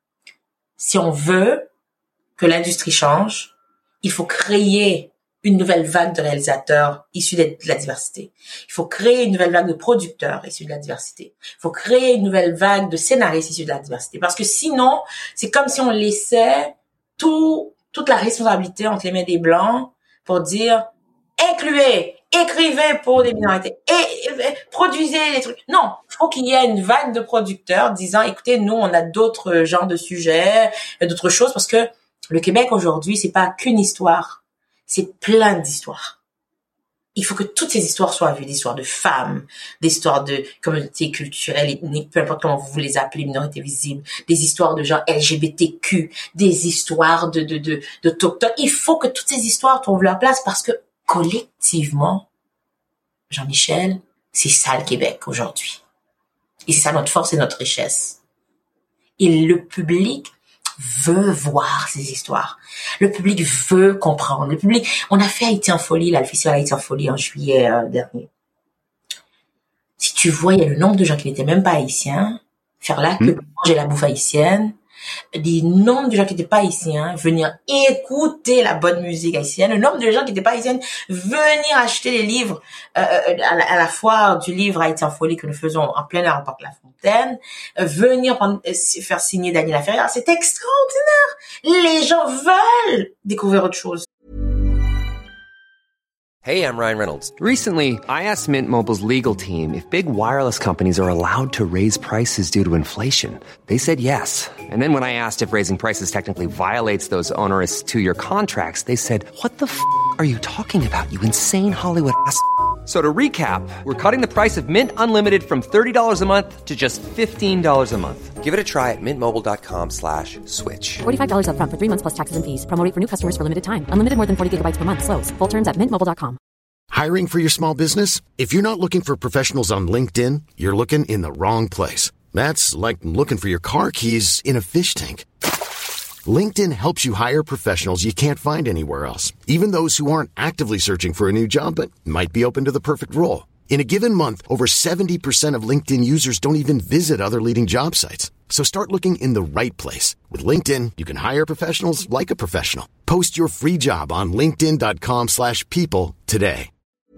si on veut que l'industrie change, il faut créer une nouvelle vague de réalisateurs issus de la diversité. Il faut créer une nouvelle vague de producteurs issus de la diversité. Il faut créer une nouvelle vague de scénaristes issus de la diversité. Parce que sinon, c'est comme si on laissait toute la responsabilité entre les mains des Blancs pour dire « incluez ». Écrivez pour des minorités et produisez les trucs. Non, il faut qu'il y ait une vague de producteurs disant, écoutez, nous, on a d'autres genres de sujets, d'autres choses, parce que le Québec aujourd'hui, c'est pas qu'une histoire, c'est plein d'histoires. Il faut que toutes ces histoires soient vues, des histoires de femmes, des histoires de communautés culturelles, peu importe comment vous les appelez, minorités visibles, des histoires de gens LGBTQ, des histoires d'Autochtones. Il faut que toutes ces histoires trouvent leur place parce que collectivement, Jean-Michel, c'est ça le Québec aujourd'hui. Et c'est ça notre force et notre richesse. Et le public veut voir ces histoires. Le public veut comprendre. Le public, on a fait Haïti en folie, là, le festival Haïti en folie en juillet dernier. Si tu vois, il y a le nombre de gens qui n'étaient même pas haïtiens, faire la queue pour manger la bouffe haïtienne, des nombres de gens qui n'étaient pas haïtiens venir écouter la bonne musique haïtienne, le nombre de gens qui n'étaient pas haïtiennes venir acheter les livres à la foire du livre Haïti en folie que nous faisons en plein air au Parc La Fontaine, venir faire signer Daniela Ferrière. C'est extraordinaire. Les gens veulent découvrir autre chose. Hey, I'm Ryan Reynolds. Recently, I asked Mint Mobile's legal team if big wireless companies are allowed to raise prices due to inflation. They said yes. And then when I asked if raising prices technically violates those onerous 2-year contracts, they said, what the f*** are you talking about, you insane Hollywood ass f- So to recap, we're cutting the price of Mint Unlimited from $30 a month to just $15 a month. Give it a try at mintmobile.com/switch. $45 up front for 3 months plus taxes and fees. Promo rate for new customers for limited time. Unlimited more than 40 gigabytes per month. Slows full terms at mintmobile.com. Hiring for your small business? If you're not looking for professionals on LinkedIn, you're looking in the wrong place. That's like looking for your car keys in a fish tank. LinkedIn helps you hire professionals you can't find anywhere else, even those who aren't actively searching for a new job but might be open to the perfect role. In a given month, over 70% of LinkedIn users don't even visit other leading job sites. So start looking in the right place. With LinkedIn, you can hire professionals like a professional. Post your free job on linkedin.com/people today.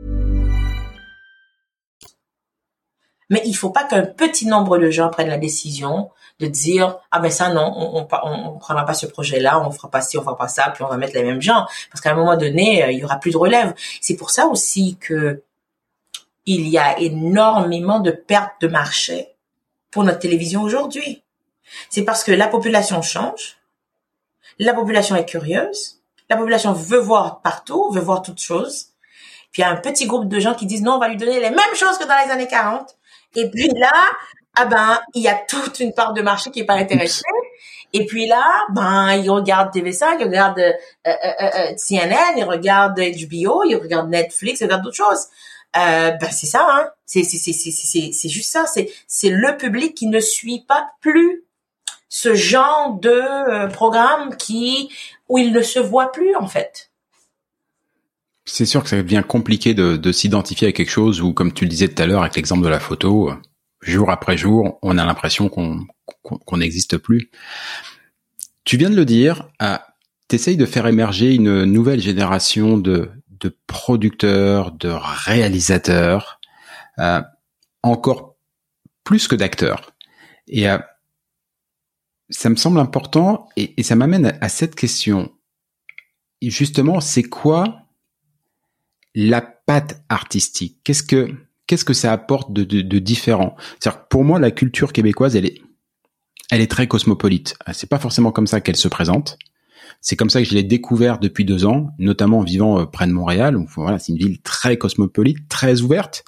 Mais il faut pas qu'un petit nombre de gens prennent la décision de dire ah ben ça non, on prendra pas ce projet-là, on fera pas ci, on fera pas ça, puis on va mettre les mêmes gens, parce qu'à un moment donné il y aura plus de relève. C'est pour ça aussi que il y a énormément de pertes de marché pour notre télévision aujourd'hui. C'est parce que la population change, la population est curieuse, la population veut voir partout, veut voir toutes choses. Puis il y a un petit groupe de gens qui disent non, on va lui donner les mêmes choses que dans les années 40. Et puis là, ah ben, il y a toute une part de marché qui est pas intéressée. Et puis là, ben, ils regardent TV5, ils regardent CNN, ils regardent HBO, ils regardent Netflix, ils regardent d'autres choses. Ben c'est ça, hein. C'est juste ça. C'est le public qui ne suit pas plus ce genre de programme où il ne se voit plus en fait. C'est sûr que ça devient compliqué de s'identifier à quelque chose où, comme tu le disais tout à l'heure avec l'exemple de la photo, jour après jour, on a l'impression qu'on n'existe plus. Tu viens de le dire, t'essayes de faire émerger une nouvelle génération de producteurs, de réalisateurs, encore plus que d'acteurs. Et ça me semble important, et ça m'amène à cette question. Et justement, c'est quoi la patte artistique? Qu'est-ce que ça apporte de différent? C'est-à-dire, pour moi, la culture québécoise, elle est très cosmopolite. C'est pas forcément comme ça qu'elle se présente. C'est comme ça que je l'ai découvert depuis 2 ans, notamment en vivant près de Montréal, où voilà, c'est une ville très cosmopolite, très ouverte.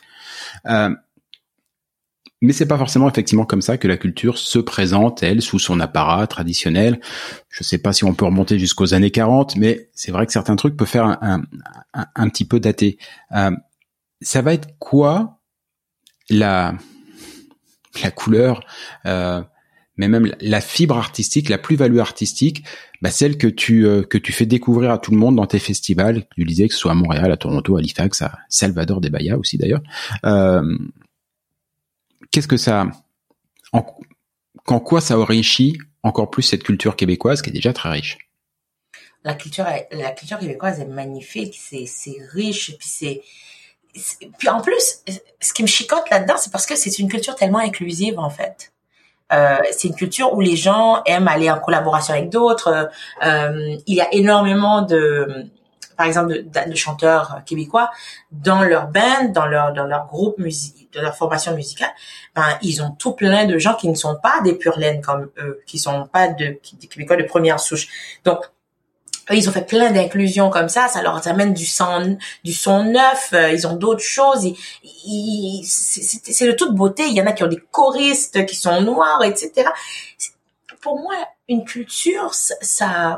Mais c'est pas forcément effectivement comme ça que la culture se présente, elle, sous son apparat traditionnel. Je sais pas si on peut remonter jusqu'aux années 40, mais c'est vrai que certains trucs peuvent faire un petit peu dater. Ça va être quoi la couleur, mais même la fibre artistique, la plus-value artistique, celle que tu fais découvrir à tout le monde dans tes festivals. Tu disais que ce soit à Montréal, à Toronto, à Halifax, à Salvador des Bahia aussi d'ailleurs. Qu'est-ce que ça, en quoi ça enrichit encore plus cette culture québécoise qui est déjà très riche? La culture québécoise est magnifique, c'est riche, puis en plus, ce qui me chicote là-dedans, c'est parce que c'est une culture tellement inclusive en fait. C'est une culture où les gens aiment aller en collaboration avec d'autres. Il y a énormément par exemple, de chanteurs québécois dans leur band, dans leur groupe musique, de leur formation musicale. Ils ont tout plein de gens qui ne sont pas des pure laine comme eux, qui sont pas des Québécois de première souche. Donc, eux, ils ont fait plein d'inclusions comme ça leur amène du son neuf, ils ont d'autres choses, c'est de toute beauté. Il y en a qui ont des choristes qui sont noirs, etc. Pour moi, une culture, ça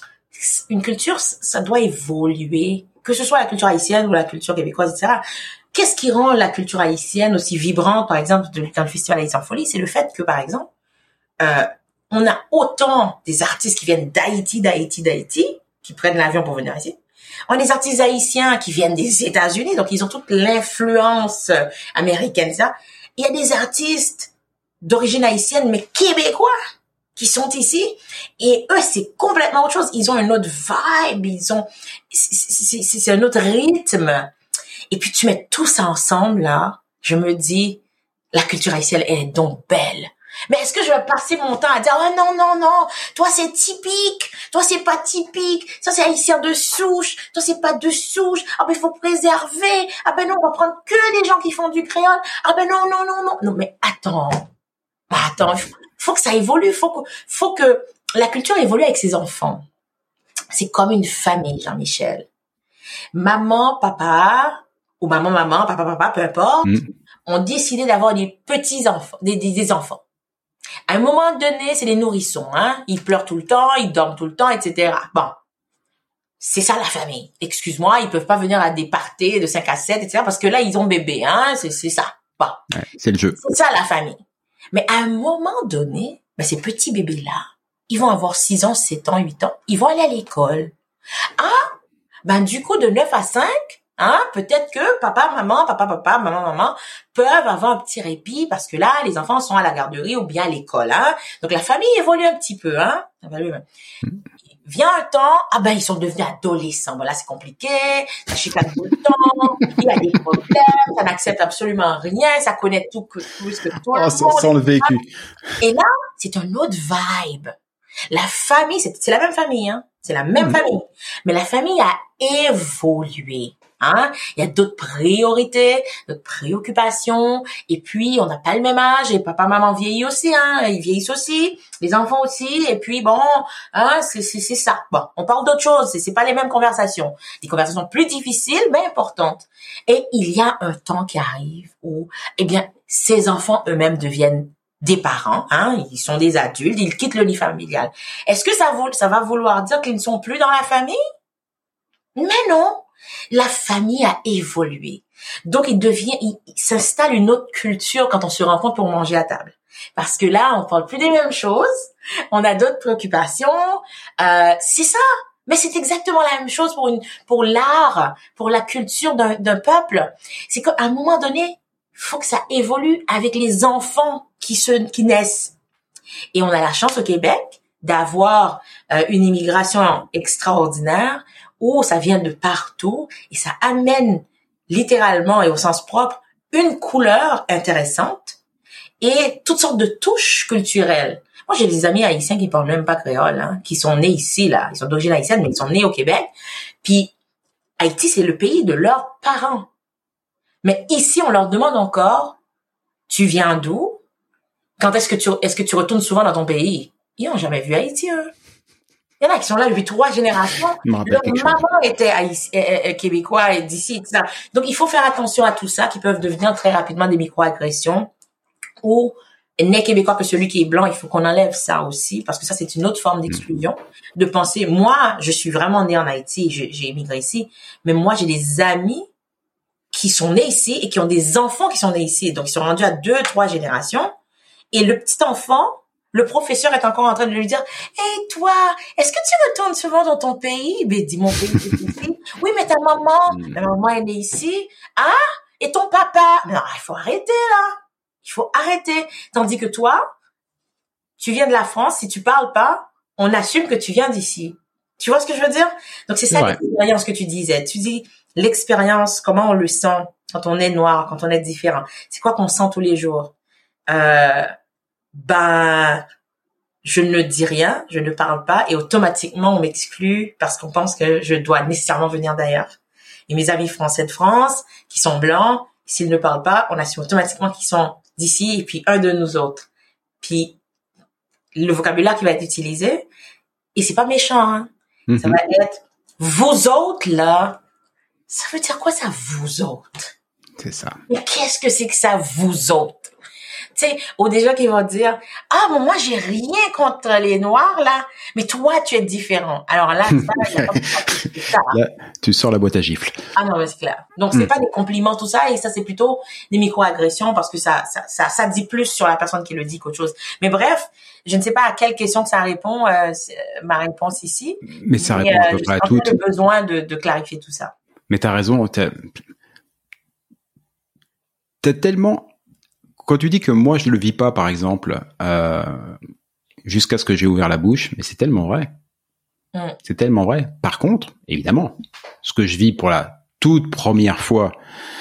doit évoluer, que ce soit la culture haïtienne ou la culture québécoise, etc. Qu'est-ce qui rend la culture haïtienne aussi vibrante, par exemple, dans le Festival Haïti en Folie? C'est le fait que, par exemple, on a autant des artistes qui viennent d'Haïti, qui prennent l'avion pour venir ici. On a des artistes haïtiens qui viennent des États-Unis, donc ils ont toute l'influence américaine, ça. Il y a des artistes d'origine haïtienne, mais québécois, qui sont ici, et eux, c'est complètement autre chose. Ils ont un autre vibe, c'est un autre rythme. Et puis, tu mets tout ça ensemble, là, je me dis, la culture haïtienne, elle est donc belle. Mais est-ce que je vais passer mon temps à dire, oh non, toi c'est typique, toi c'est pas typique, ça c'est haïtien de souche, toi c'est pas de souche, il faut préserver, non, on va prendre que des gens qui font du créole, non, mais attends, faut que ça évolue, faut que la culture évolue avec ses enfants. C'est comme une famille, Jean-Michel. Maman, papa, ou maman, papa, peu importe, ont décidé d'avoir des petits enfants, des enfants. À un moment donné, c'est des nourrissons, hein. Ils pleurent tout le temps, ils dorment tout le temps, etc. Bon. C'est ça la famille. Excuse-moi, ils peuvent pas venir à des parties de 5 à 7, etc. parce que là, ils ont bébé, hein. C'est ça. Bon. Ouais, c'est le jeu. C'est ça la famille. Mais à un moment donné, ces petits bébés-là, ils vont avoir 6 ans, 7 ans, 8 ans. Ils vont aller à l'école. Du coup, de 9 à 5, peut-être que papa, maman, peuvent avoir un petit répit parce que là, les enfants sont à la garderie ou bien à l'école, hein. Donc, la famille évolue un petit peu, hein. Vient un temps, ils sont devenus adolescents. Voilà, c'est compliqué, ça chicane tout le temps, il y a des problèmes, ça n'accepte absolument rien, ça connaît tout plus que tout le monde. Ça sent le vécu. Et là, c'est un autre vibe. La famille, c'est la même famille, hein. C'est la même famille. Mais la famille a évolué. Hein? Il y a d'autres priorités, d'autres préoccupations, et puis on n'a pas le même âge, et papa, maman vieillissent aussi, hein? Ils vieillissent aussi, les enfants aussi, et puis c'est ça. Bon, on parle d'autre chose, c'est pas les mêmes conversations. Des conversations plus difficiles, mais importantes. Et il y a un temps qui arrive où, ces enfants eux-mêmes deviennent des parents, hein, ils sont des adultes, ils quittent le lit familial. Est-ce que ça va vouloir dire qu'ils ne sont plus dans la famille? Mais non. La famille a évolué. Donc, il s'installe une autre culture quand on se rencontre pour manger à table. Parce que là, on parle plus des mêmes choses. On a d'autres préoccupations. C'est ça. Mais c'est exactement la même chose pour l'art, pour la culture d'un peuple. C'est qu'à un moment donné, faut que ça évolue avec les enfants qui naissent. Et on a la chance au Québec d'avoir une immigration extraordinaire où ça vient de partout et ça amène littéralement et au sens propre une couleur intéressante et toutes sortes de touches culturelles. Moi, j'ai des amis haïtiens qui parlent même pas créole, hein, qui sont nés ici, là. Ils sont d'origine haïtienne, mais ils sont nés au Québec. Puis, Haïti, c'est le pays de leurs parents. Mais ici, on leur demande encore, tu viens d'où? Quand est-ce que tu retournes souvent dans ton pays? Ils n'ont jamais vu Haïti, hein. Il y en a qui sont là depuis 3 générations. Leur maman était québécois et d'ici, etc. Donc, il faut faire attention à tout ça qui peuvent devenir très rapidement des micro-agressions ou n'est québécois que celui qui est blanc. Il faut qu'on enlève ça aussi parce que ça, c'est une autre forme d'exclusion. De penser, moi, je suis vraiment né en Haïti, j'ai émigré ici, mais moi, j'ai des amis qui sont nés ici et qui ont des enfants qui sont nés ici. Donc, ils sont rendus à 2, 3 générations. Et le petit enfant, le professeur est encore en train de lui dire, « Hey, toi, est-ce que tu retournes souvent dans ton pays? » Ben, dis, mon pays, c'est ici. « Oui, mais ta maman est née ici. Ah, et ton papa? » Non, il faut arrêter, là. Il faut arrêter. Tandis que toi, tu viens de la France, si tu parles pas, on assume que tu viens d'ici. Tu vois ce que je veux dire? Donc, c'est ça l'expérience que tu disais. Tu dis l'expérience, comment on le sent quand on est noir, quand on est différent. C'est quoi qu'on sent tous les jours? Je ne dis rien, je ne parle pas et automatiquement on m'exclut parce qu'on pense que je dois nécessairement venir d'ailleurs. Et mes amis français de France, qui sont blancs, s'ils ne parlent pas, on assume automatiquement qu'ils sont d'ici et puis un de nous autres. Puis le vocabulaire qui va être utilisé, et c'est pas méchant, hein. Ça va être vous autres là. Ça veut dire quoi ça, vous autres? C'est ça. Mais qu'est-ce que c'est que ça, vous autres? Tu sais, ou des gens qui vont dire, ah, bon, moi, j'ai rien contre les Noirs, là, mais toi, tu es différent. Alors là, ça. Là, tu sors la boîte à gifles. Ah non, mais c'est clair. Donc, c'est pas des compliments, tout ça, et ça, c'est plutôt des micro-agressions parce que ça dit plus sur la personne qui le dit qu'autre chose. Mais bref, je ne sais pas à quelle question que ça répond, ma réponse ici. Mais ça répond à peu près à toutes. J'ai besoin de clarifier tout ça. Mais t'as raison, t'as tellement... Quand tu dis que moi je le vis pas, par exemple, jusqu'à ce que j'ai ouvert la bouche, mais c'est tellement vrai. C'est tellement vrai. Par contre, évidemment, ce que je vis pour la toute première fois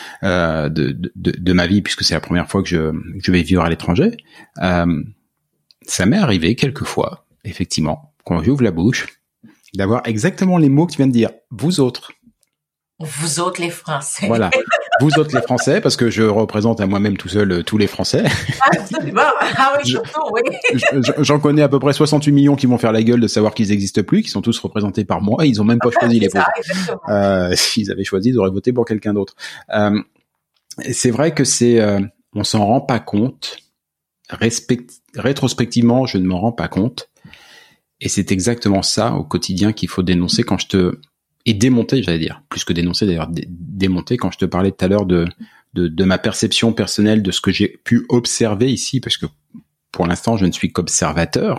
de ma vie, puisque c'est la première fois que je vais vivre à l'étranger, ça m'est arrivé quelquefois, effectivement, quand j'ouvre la bouche, d'avoir exactement les mots que tu viens de dire. Vous autres. Vous autres les Français. Voilà. Vous autres les Français, parce que je représente à moi-même tout seul tous les Français. Absolument. Ah oui, surtout, oui. J'en connais à peu près 68 millions qui vont faire la gueule de savoir qu'ils n'existent plus, qui sont tous représentés par moi. Ils ont même pas choisi les pauvres. S'ils avaient choisi, ils auraient voté pour quelqu'un d'autre. C'est vrai que on s'en rend pas compte. Rétrospectivement, je ne m'en rends pas compte. Et c'est exactement ça au quotidien qu'il faut dénoncer et démonter, j'allais dire, plus que dénoncer d'ailleurs, démonter quand je te parlais tout à l'heure de ma perception personnelle de ce que j'ai pu observer ici, parce que pour l'instant je ne suis qu'observateur.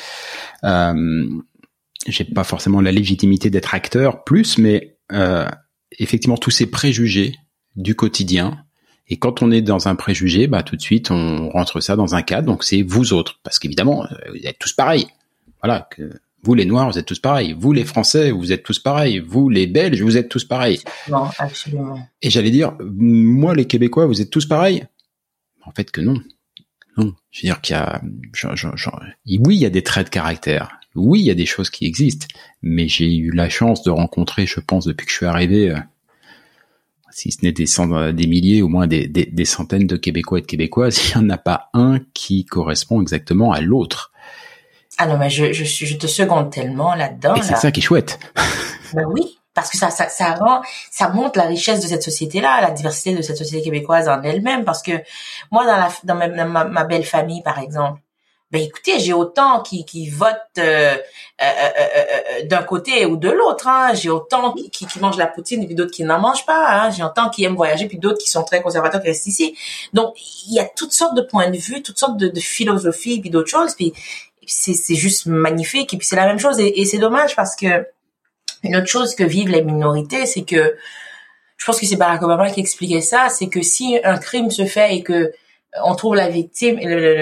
J'ai pas forcément la légitimité d'être acteur plus, mais effectivement tous ces préjugés du quotidien. Et quand on est dans un préjugé, tout de suite on rentre ça dans un cadre. Donc c'est vous autres, parce qu'évidemment vous êtes tous pareils. Voilà. Vous, les Noirs, vous êtes tous pareils. Vous, les Français, vous êtes tous pareils. Vous, les Belges, vous êtes tous pareils. Non, absolument. Et j'allais dire, moi, les Québécois, vous êtes tous pareils. En fait, que non. Non. Je veux dire qu'il y a, oui, il y a des traits de caractère. Oui, il y a des choses qui existent. Mais j'ai eu la chance de rencontrer, je pense, depuis que je suis arrivé, si ce n'est des milliers, au moins des centaines de Québécois et de Québécoises, il n'y en a pas un qui correspond exactement à l'autre. Ah non, mais je te seconde tellement là-dedans. Et c'est ça qui est chouette. Ben oui, parce que ça montre la richesse de cette société-là, la diversité de cette société québécoise en elle-même. Parce que moi, dans ma belle famille, par exemple, ben écoutez, j'ai autant qui votent d'un côté ou de l'autre. Hein. J'ai autant qui mangent la poutine et puis d'autres qui n'en mangent pas. Hein. J'ai autant qui aiment voyager puis d'autres qui sont très conservateurs qui restent ici. Donc il y a toutes sortes de points de vue, toutes sortes de philosophies puis d'autres choses. Puis c'est juste magnifique. Et puis c'est la même chose. Et c'est dommage parce que une autre chose que vivent les minorités, c'est que je pense que c'est Barack Obama qui expliquait ça, c'est que si un crime se fait et que on trouve la victime,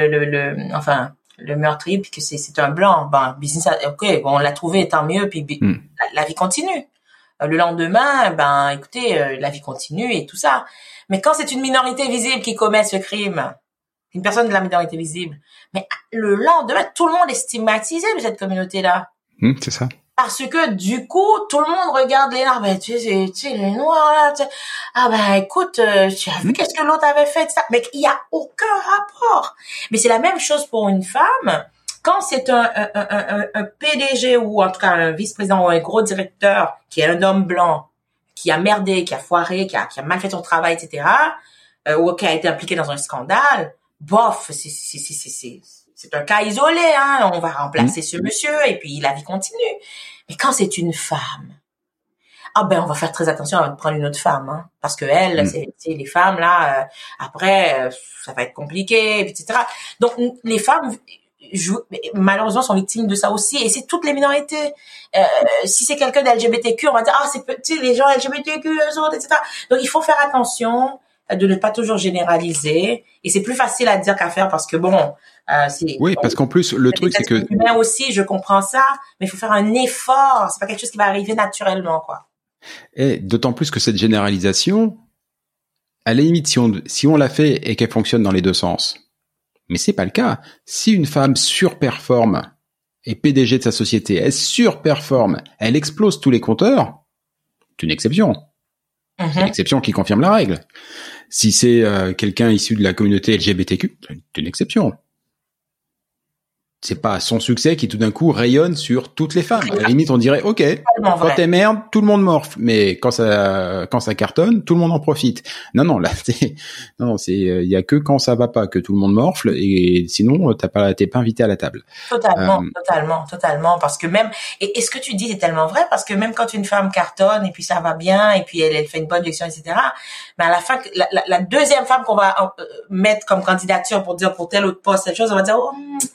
le meurtrier, puis que c'est un blanc, business, ok, on l'a trouvé, tant mieux, puis la vie continue. le lendemain, ben écoutez, la vie continue et tout ça. Mais quand c'est une minorité visible qui commet ce crime, une personne de la minorité visible, mais le lendemain, tout le monde est stigmatisé de cette communauté-là. C'est ça. Parce que du coup, tout le monde regarde les noirs. Ben tu sais les noirs là. Ah ben écoute, tu as vu qu'est-ce que l'autre avait fait, ça. Mais il y a aucun rapport. Mais c'est la même chose pour une femme. Quand c'est un PDG ou en tout cas un vice-président ou un gros directeur qui est un homme blanc, qui a merdé, qui a foiré, qui a mal fait son travail, etc., ou qui a été impliqué dans un scandale, bof, c'est un cas isolé, hein. On va remplacer ce monsieur et puis la vie continue. Mais quand c'est une femme, ah ben on va faire très attention à prendre une autre femme, hein, parce que elle, c'est les femmes là. Après, ça va être compliqué, etc. Donc les femmes malheureusement sont victimes de ça aussi, et c'est toutes les minorités. Si c'est quelqu'un d'LGBTQ, on va dire c'est petit les gens LGBTQ, eux autres, etc. Donc il faut faire attention de ne pas toujours généraliser, et c'est plus facile à dire qu'à faire parce que oui, parce qu'en plus le truc c'est que humain aussi, je comprends ça, mais il faut faire un effort, c'est pas quelque chose qui va arriver naturellement, quoi. Et d'autant plus que cette généralisation, à la limite, si on la fait et qu'elle fonctionne dans les deux sens, mais c'est pas le cas. Si une femme surperforme et PDG de sa société, elle surperforme, elle explose tous les compteurs, c'est une exception. C'est une exception qui confirme la règle. Si c'est quelqu'un issu de la communauté LGBTQ, c'est une exception. C'est pas son succès qui tout d'un coup rayonne sur toutes les femmes. À la limite, on dirait, ok, quand t'es merde, tout le monde morfle, mais quand ça cartonne, tout le monde en profite. Non, là, il y a que quand ça va pas que tout le monde morfle, et sinon, t'es pas invité à la table. Totalement, parce que même, et ce que tu dis, c'est tellement vrai, parce que même quand une femme cartonne, et puis ça va bien, et puis elle fait une bonne gestion, etc., mais à la fin, la deuxième femme qu'on va mettre comme candidature pour dire pour tel autre poste, cette chose, on va dire,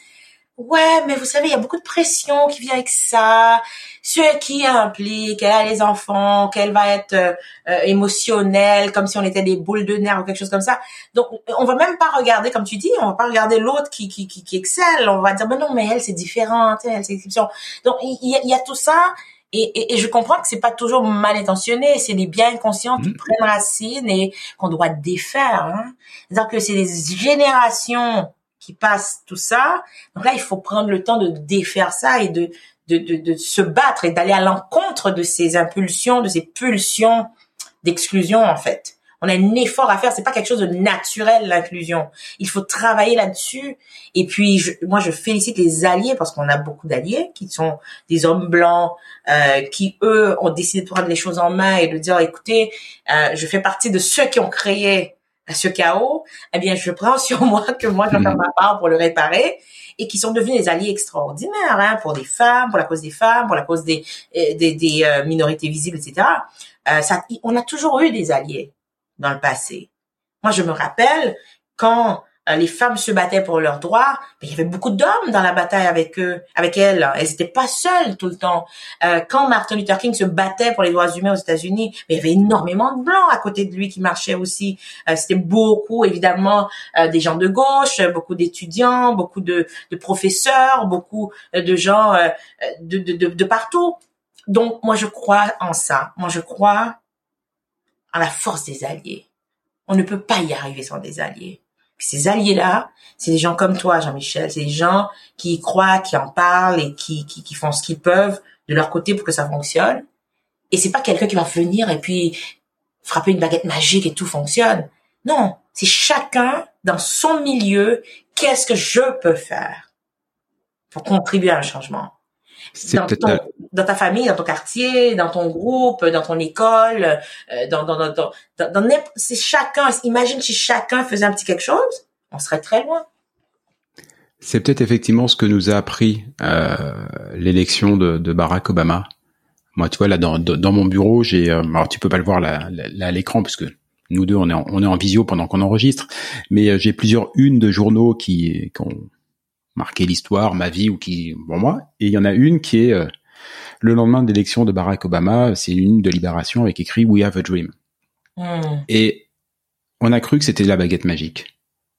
ouais, mais vous savez, il y a beaucoup de pression qui vient avec ça. Ce qui implique qu'elle a les enfants, qu'elle va être émotionnelle, comme si on était des boules de nerfs ou quelque chose comme ça. Donc, on va même pas regarder, comme tu dis, on va pas regarder l'autre qui excelle. On va dire, ben non, mais elle, c'est différent, elle, c'est exception. Donc, il y a tout ça. Et je comprends que c'est pas toujours mal intentionné, c'est des biens inconscients qui prennent racine et qu'on doit défaire, hein. C'est-à-dire que c'est des générations qui passe tout ça. Donc là, il faut prendre le temps de défaire ça et de se battre et d'aller à l'encontre de ces impulsions, de ces pulsions d'exclusion, en fait. On a un effort à faire. C'est pas quelque chose de naturel, l'inclusion. Il faut travailler là-dessus. Et puis, moi, je félicite les alliés, parce qu'on a beaucoup d'alliés qui sont des hommes blancs, qui, eux, ont décidé de prendre les choses en main et de dire, écoutez, je fais partie de ceux qui ont créé ce chaos, eh bien, je prends sur moi que moi, je vais faire ma part pour le réparer, et qui sont devenus des alliés extraordinaires, hein, pour des femmes, pour la cause des femmes, pour la cause des minorités visibles, etc. On a toujours eu des alliés dans le passé. Moi, je me rappelle quand les femmes se battaient pour leurs droits, mais il y avait beaucoup d'hommes dans la bataille avec elles. Elles n'étaient pas seules tout le temps. Quand Martin Luther King se battait pour les droits humains aux États-Unis, mais il y avait énormément de blancs à côté de lui qui marchaient aussi. C'était beaucoup, évidemment, des gens de gauche, beaucoup d'étudiants, beaucoup de professeurs, beaucoup de gens de partout. Donc, moi, je crois en ça. Moi, je crois en la force des alliés. On ne peut pas y arriver sans des alliés. Puis ces alliés-là, c'est des gens comme toi, Jean-Michel. C'est des gens qui y croient, qui en parlent et qui font ce qu'ils peuvent de leur côté pour que ça fonctionne. Et c'est pas quelqu'un qui va venir et puis frapper une baguette magique et tout fonctionne. Non, c'est chacun dans son milieu. Qu'est-ce que je peux faire pour contribuer à un changement? Dans ta famille, dans ton quartier, dans ton groupe, dans ton école, c'est chacun. Imagine si chacun faisait un petit quelque chose, on serait très loin. C'est peut-être effectivement ce que nous a appris l'élection de Barack Obama. Moi, tu vois, là, dans mon bureau, j'ai... alors, tu peux pas le voir là à l'écran, parce que nous deux, on est en visio pendant qu'on enregistre, mais j'ai plusieurs unes de journaux qui ont marqué l'histoire, ma vie, ou qui, bon, moi, et il y en a une qui est le lendemain de l'élection de Barack Obama, c'est une de Libération avec écrit We Have a Dream. Et on a cru que c'était la baguette magique.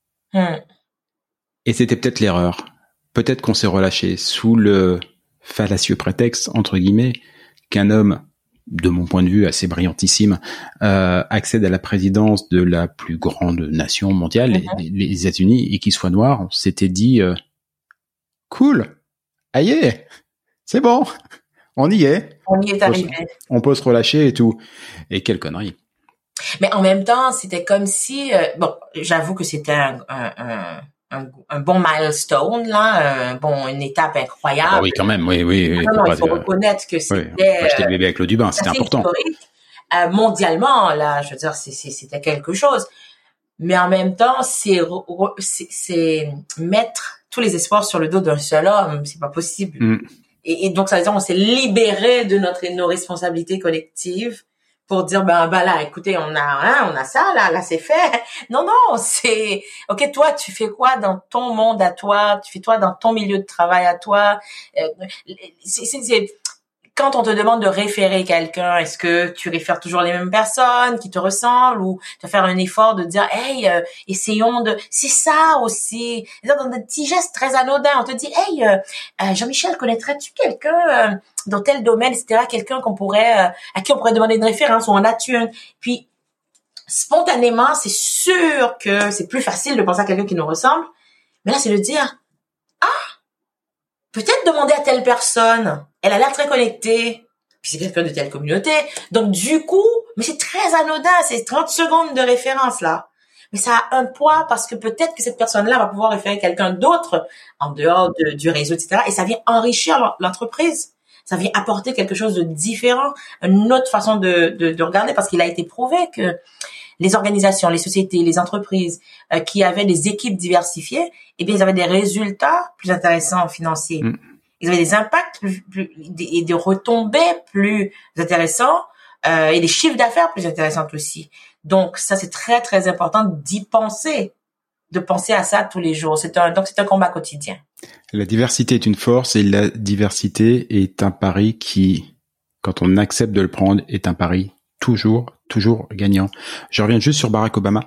Et c'était peut-être l'erreur. Peut-être qu'on s'est relâché sous le fallacieux prétexte, entre guillemets, qu'un homme de mon point de vue assez brillantissime, accède à la présidence de la plus grande nation mondiale, les États-Unis, et qu'il soit noir, on s'était dit cool, aïe, c'est bon, on y est. On y est arrivé. On peut se relâcher et tout. Et quelle connerie. Mais en même temps, c'était comme si, bon, j'avoue que c'était un bon milestone, là, une étape incroyable. Ah oui, quand même, oui. Non, il faut reconnaître que c'était... acheter le bébé avec l'eau du bain, c'était important. Mondialement, là, je veux dire, c'était quelque chose. Mais en même temps, c'est mettre tous les espoirs sur le dos d'un seul homme, c'est pas possible. Et donc, ça veut dire, on s'est libéré de nos responsabilités collectives pour dire, ben là, écoutez, on a ça, là, c'est fait. Non, c'est, ok, toi, tu fais quoi dans ton monde à toi? Tu fais toi dans ton milieu de travail à toi? Quand on te demande de référer quelqu'un, est-ce que tu réfères toujours les mêmes personnes qui te ressemblent ou tu vas faire un effort de dire, hey, essayons de... C'est ça aussi. Dans des petits gestes très anodins, on te dit, hey, Jean-Michel, connaîtrais-tu quelqu'un dans tel domaine, etc., quelqu'un à qui on pourrait demander une référence ou en as-tu un? Puis, spontanément, c'est sûr que c'est plus facile de penser à quelqu'un qui nous ressemble. Mais là, c'est de dire, peut-être demander à telle personne. Elle a l'air très connectée. Puis c'est quelqu'un de telle communauté. Donc, du coup, mais c'est très anodin. C'est 30 secondes de référence, là. Mais ça a un poids parce que peut-être que cette personne-là va pouvoir référer quelqu'un d'autre en dehors du réseau, etc. Et ça vient enrichir l'entreprise. Ça vient apporter quelque chose de différent, une autre façon de regarder parce qu'il a été prouvé que les organisations, les sociétés, les entreprises qui avaient des équipes diversifiées, eh bien, ils avaient des résultats plus intéressants financiers. Ils avaient des impacts et des retombées plus intéressants et des chiffres d'affaires plus intéressants aussi. Donc, ça, c'est très, très important d'y penser, de penser à ça tous les jours. Donc, c'est un combat quotidien. La diversité est une force et la diversité est un pari qui, quand on accepte de le prendre, est un pari toujours gagnant. Je reviens juste sur Barack Obama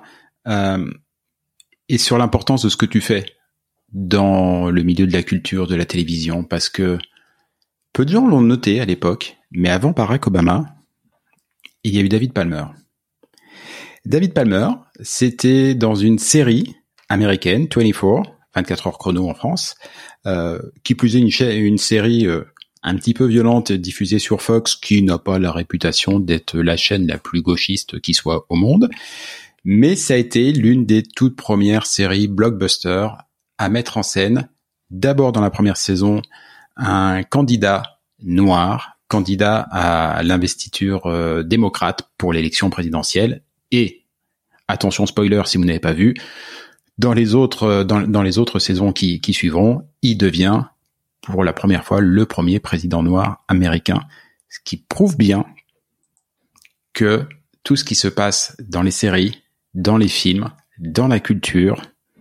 et sur l'importance de ce que tu fais dans le milieu de la culture, de la télévision, parce que peu de gens l'ont noté à l'époque, mais avant Barack Obama, il y a eu David Palmer. David Palmer, c'était dans une série américaine, 24 heures chrono en France, qui plus est une série un petit peu violente diffusée sur Fox, qui n'a pas la réputation d'être la chaîne la plus gauchiste qui soit au monde, mais ça a été l'une des toutes premières séries blockbuster à mettre en scène, d'abord dans la première saison, un candidat noir, candidat à l'investiture démocrate pour l'élection présidentielle, et, attention spoiler si vous n'avez pas vu, dans les autres saisons qui suivront, il devient pour la première fois le premier président noir américain, ce qui prouve bien que tout ce qui se passe dans les séries, dans les films, dans la culture,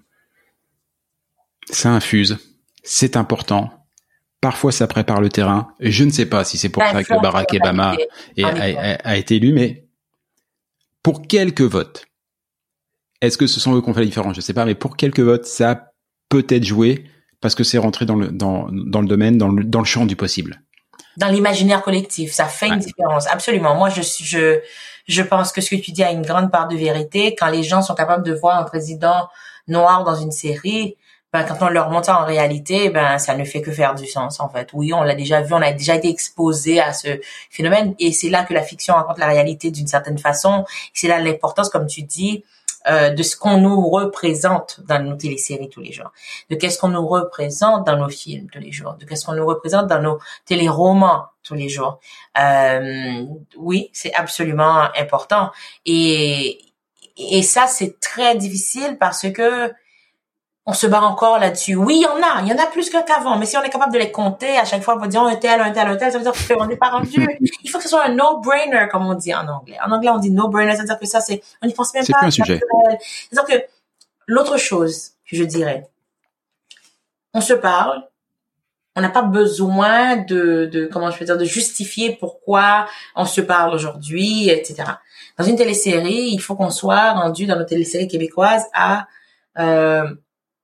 ça infuse, c'est important. Parfois, ça prépare le terrain. Je ne sais pas si c'est pour ça que Barack Obama a été élu, mais pour quelques votes. Est-ce que ce sont eux qui ont fait la différence? Je ne sais pas, mais pour quelques votes, ça a peut-être joué parce que c'est rentré dans le domaine, dans le champ du possible. Dans l'imaginaire collectif, ça fait une différence. Absolument. Moi, je pense que ce que tu dis a une grande part de vérité. Quand les gens sont capables de voir un président noir dans une série, quand on leur montre ça en réalité, ça ne fait que faire du sens, en fait. Oui, on l'a déjà vu, on a déjà été exposé à ce phénomène, et c'est là que la fiction raconte la réalité d'une certaine façon. C'est là l'importance, comme tu dis, de ce qu'on nous représente dans nos téléséries tous les jours, de qu'est-ce qu'on nous représente dans nos films tous les jours, de qu'est-ce qu'on nous représente dans nos téléromans tous les jours. Oui, c'est absolument important. Et ça, c'est très difficile parce que on se bat encore là-dessus. Oui, il y en a plus qu'avant, mais si on est capable de les compter, à chaque fois, on va dire un tel, ça veut dire qu'on n'est pas rendu. Il faut que ce soit un no-brainer, comme on dit en anglais. En anglais, on dit no-brainer, ça veut dire que ça, on n'y pense même pas. C'est plus un sujet. C'est-à-dire que l'autre chose que je dirais, on se parle, on n'a pas besoin de justifier pourquoi on se parle aujourd'hui, etc. Dans une télésérie, il faut qu'on soit rendu dans nos téléséries québécoises à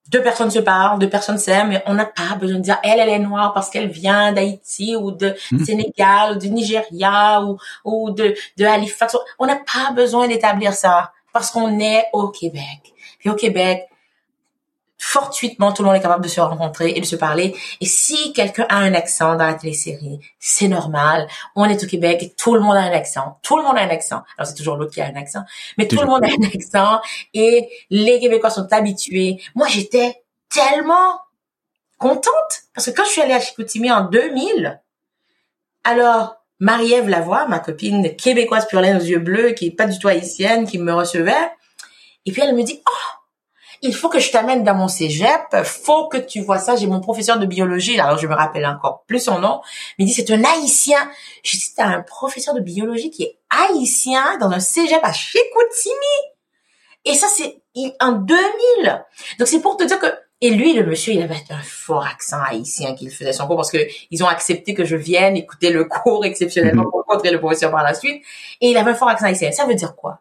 deux personnes se parlent, deux personnes s'aiment, mais on n'a pas besoin de dire elle est noire parce qu'elle vient d'Haïti ou de Sénégal ou du Nigeria ou de Halifax. On n'a pas besoin d'établir ça parce qu'on est au Québec. Puis au Québec, fortuitement, tout le monde est capable de se rencontrer et de se parler. Et si quelqu'un a un accent dans la télésérie, c'est normal. On est au Québec et tout le monde a un accent. Tout le monde a un accent. Alors, c'est toujours l'autre qui a un accent. Mais tout le monde a un accent et les Québécois sont habitués. Moi, j'étais tellement contente parce que quand je suis allée à Chicoutimi en 2000, alors, Marie-Ève Lavoie, ma copine québécoise pure laine aux yeux bleus, qui est pas du tout haïtienne, qui me recevait, et puis elle me dit, il faut que je t'amène dans mon cégep, faut que tu vois ça. J'ai mon professeur de biologie, alors je me rappelle encore plus son nom, mais il dit c'est un haïtien. Je dis t'as un professeur de biologie qui est haïtien dans un cégep à Chicoutimi. Et ça c'est en 2000. Donc c'est pour te dire que, et lui le monsieur il avait un fort accent haïtien qu'il faisait son cours parce que ils ont accepté que je vienne écouter le cours exceptionnellement pour rencontrer le professeur par la suite. Et il avait un fort accent haïtien. Ça veut dire quoi?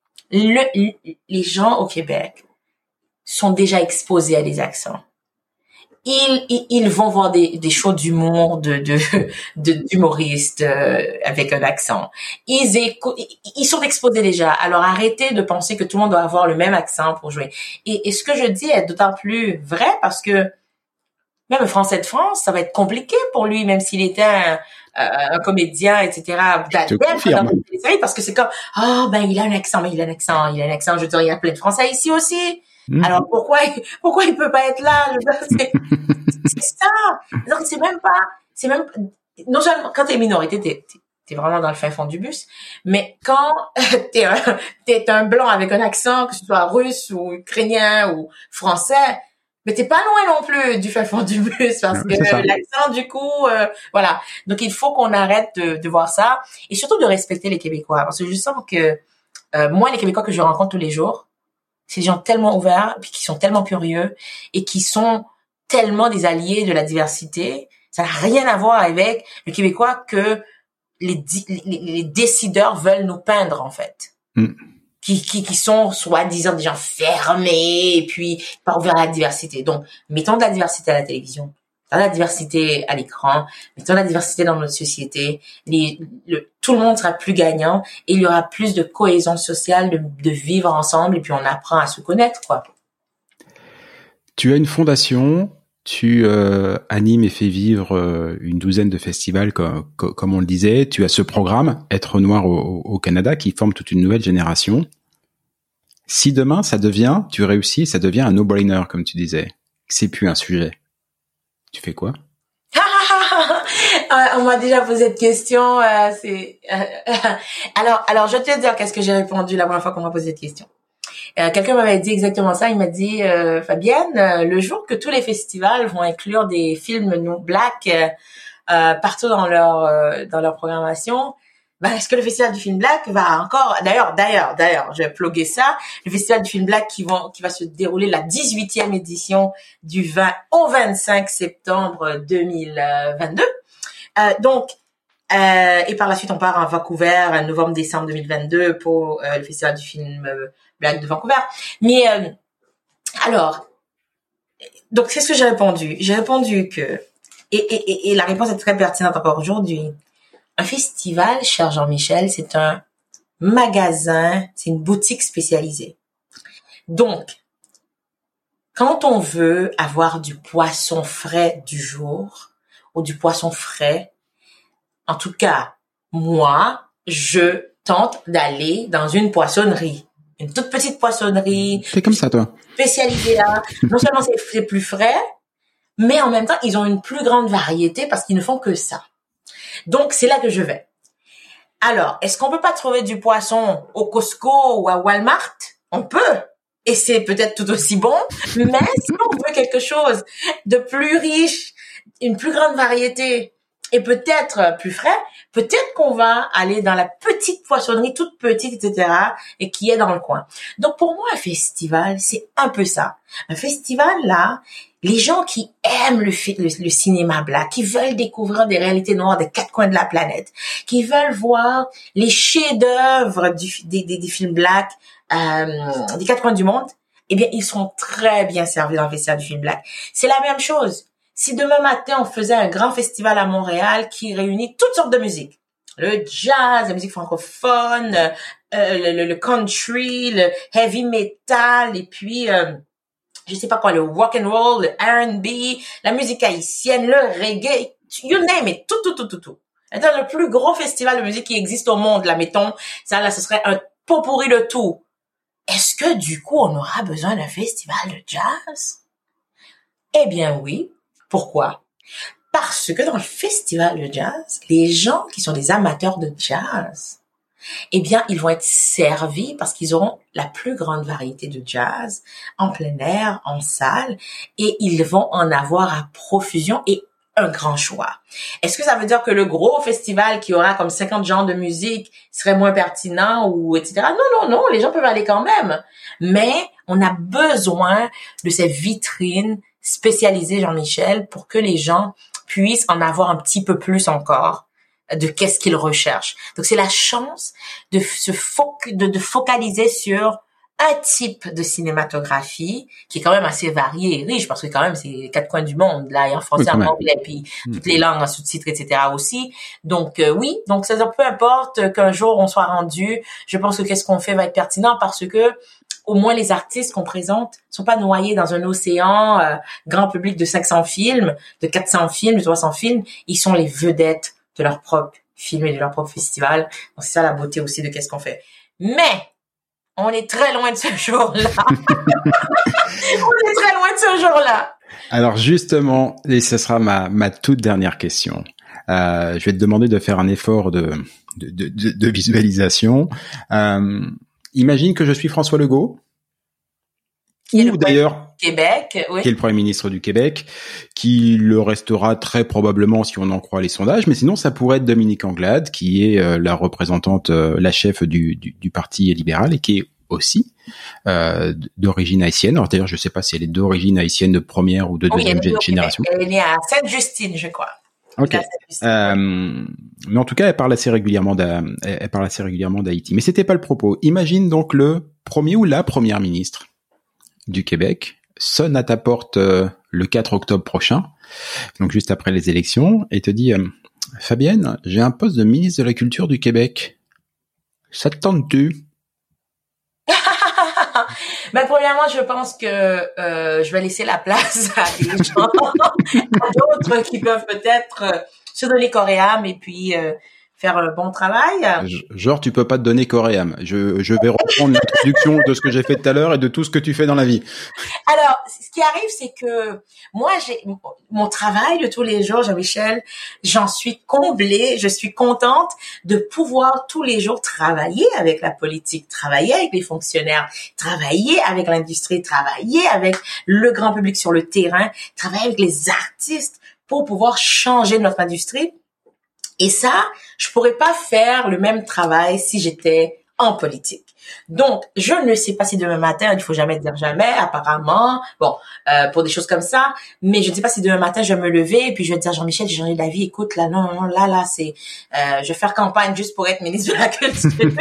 Les gens au Québec sont déjà exposés à des accents. Ils vont voir des shows d'humour d'humoristes avec un accent. Ils sont exposés déjà. Alors arrêtez de penser que tout le monde doit avoir le même accent pour jouer. Et ce que je dis est d'autant plus vrai parce que même un Français de France, ça va être compliqué pour lui, même s'il était un comédien, etc. Parce que c'est comme, il a un accent, mais il a un accent. Je veux dire, il y a plein de Français ici aussi. Alors pourquoi il peut pas être là? C'est ça. Donc c'est même non seulement quand t'es minorité, t'es vraiment dans le fin fond du bus, mais quand t'es un blanc avec un accent, que ce soit russe ou ukrainien ou français, mais t'es pas loin non plus du fin fond du bus parce que l'accent du coup, voilà. Donc il faut qu'on arrête de voir ça et surtout de respecter les Québécois parce que je sens que moi les Québécois que je rencontre tous les jours, c'est des gens tellement ouverts, puis qui sont tellement curieux et qui sont tellement des alliés de la diversité. Ça n'a rien à voir avec le Québécois que les décideurs veulent nous peindre, en fait. Qui sont soi-disant des gens fermés et puis pas ouverts à la diversité. Donc, mettons de la diversité à la télévision, mettons de la diversité à l'écran, mettons de la diversité dans notre société. Tout le monde sera plus gagnant et il y aura plus de cohésion sociale, de vivre ensemble et puis on apprend à se connaître, quoi. Tu as une fondation, tu animes et fais vivre une douzaine de festivals comme on le disait. Tu as ce programme Être Noir au Canada qui forme toute une nouvelle génération. Si demain tu réussis, ça devient un no-brainer comme tu disais, c'est plus un sujet. Tu fais quoi? On m'a déjà posé cette question. Alors, je vais te dire qu'est-ce que j'ai répondu la première fois qu'on m'a posé cette question. Quelqu'un m'avait dit exactement ça. Il m'a dit, Fabienne, le jour que tous les festivals vont inclure des films black partout dans leur programmation, est-ce que le festival du film black va encore... D'ailleurs, je vais plugger ça. Le festival du film black qui va se dérouler la 18e édition du 20 au 25 septembre 2022. Et par la suite, on part à Vancouver, novembre-décembre 2022 pour le festival du film black de Vancouver. Mais alors, donc c'est ce que j'ai répondu. J'ai répondu que et la réponse est très pertinente encore aujourd'hui. Un festival, cher Jean-Michel, c'est un magasin, c'est une boutique spécialisée. Donc, quand on veut avoir du poisson frais du jour ou du poisson frais, en tout cas, moi, je tente d'aller dans une poissonnerie. Une toute petite poissonnerie. C'est comme ça, toi. Spécialisée là. Non seulement c'est plus frais, mais en même temps, ils ont une plus grande variété parce qu'ils ne font que ça. Donc, c'est là que je vais. Alors, est-ce qu'on peut pas trouver du poisson au Costco ou à Walmart? On peut. Et c'est peut-être tout aussi bon. Mais si on veut quelque chose de plus riche, une plus grande variété et peut-être plus frais, peut-être qu'on va aller dans la petite poissonnerie, toute petite, etc., et qui est dans le coin. Donc, pour moi, un festival, c'est un peu ça. Un festival, là, les gens qui aiment le cinéma black, qui veulent découvrir des réalités noires des quatre coins de la planète, qui veulent voir les chefs-d'œuvre des films black des quatre coins du monde, eh bien, ils seront très bien servis dans le vestiaire du Film Black. C'est la même chose. Si demain matin, on faisait un grand festival à Montréal qui réunit toutes sortes de musiques, le jazz, la musique francophone, le country, le heavy metal, et puis je sais pas quoi, le rock and roll, le R&B, la musique haïtienne, le reggae, you name it, tout. C'est le plus gros festival de musique qui existe au monde, là, mettons. Ça, là, ce serait un pot pourri de tout. Est-ce que, du coup, on aura besoin d'un festival de jazz? Eh bien, oui. Pourquoi? Parce que dans le festival de jazz, les gens qui sont des amateurs de jazz, eh bien, ils vont être servis parce qu'ils auront la plus grande variété de jazz en plein air, en salle, et ils vont en avoir à profusion et un grand choix. Est-ce que ça veut dire que le gros festival qui aura comme 50 genres de musique serait moins pertinent ou etc.? Non, les gens peuvent aller quand même. Mais on a besoin de ces vitrines spécialisées, Jean-Michel, pour que les gens puissent en avoir un petit peu plus encore de qu'est-ce qu'ils recherchent. Donc c'est la chance de de focaliser sur un type de cinématographie qui est quand même assez varié et riche parce que quand même c'est les quatre coins du monde là, et en français, en anglais, puis toutes les langues en sous-titres, etc. aussi. Donc oui, donc ça peu importe qu'un jour on soit rendu, je pense que qu'est-ce qu'on fait va être pertinent parce que au moins les artistes qu'on présente sont pas noyés dans un océan grand public de 500 films, de 400 films, de 300 films. Ils sont les vedettes de leur propre film et de leur propre festival. Donc c'est ça la beauté aussi de qu'est-ce qu'on fait. Mais on est très loin de ce jour-là. On est très loin de ce jour-là. Alors justement, et ce sera ma toute dernière question. Je vais te demander de faire un effort de visualisation. Imagine que je suis François Legault, ou d'ailleurs Québec, oui. Qui est le Premier ministre du Québec, qui le restera très probablement si on en croit les sondages, mais sinon ça pourrait être Dominique Anglade, qui est la représentante, la chef du Parti libéral et qui est aussi d'origine haïtienne. Alors d'ailleurs, je sais pas si elle est d'origine haïtienne de première ou de deuxième génération. Elle est née à Sainte-Justine, je crois. Ok. Mais en tout cas, elle parle assez régulièrement d'Haïti. Mais c'était pas le propos. Imagine donc le premier ou la première ministre du Québec sonne à ta porte le 4 octobre prochain, donc juste après les élections, et te dit Fabienne, j'ai un poste de ministre de la Culture du Québec. Ça te tente-tu? Ben, premièrement, je pense que je vais laisser la place à des gens, à d'autres qui peuvent peut-être se donner corps et âme et puis faire un bon travail. Genre, tu peux pas te donner corps et âme. Je vais reprendre l'introduction de ce que j'ai fait tout à l'heure et de tout ce que tu fais dans la vie. Alors, ce qui arrive, c'est que moi, j'ai mon travail de tous les jours, Jean-Michel, j'en suis comblée, je suis contente de pouvoir tous les jours travailler avec la politique, travailler avec les fonctionnaires, travailler avec l'industrie, travailler avec le grand public sur le terrain, travailler avec les artistes pour pouvoir changer notre industrie. Et ça, je pourrais pas faire le même travail si j'étais en politique. Donc, je ne sais pas si demain matin, il faut jamais dire jamais, apparemment, pour des choses comme ça, mais je ne sais pas si demain matin, je vais me lever et puis je vais dire, Jean-Michel, j'ai changé d'avis, écoute, là, non, là, c'est, je vais faire campagne juste pour être ministre de la Culture.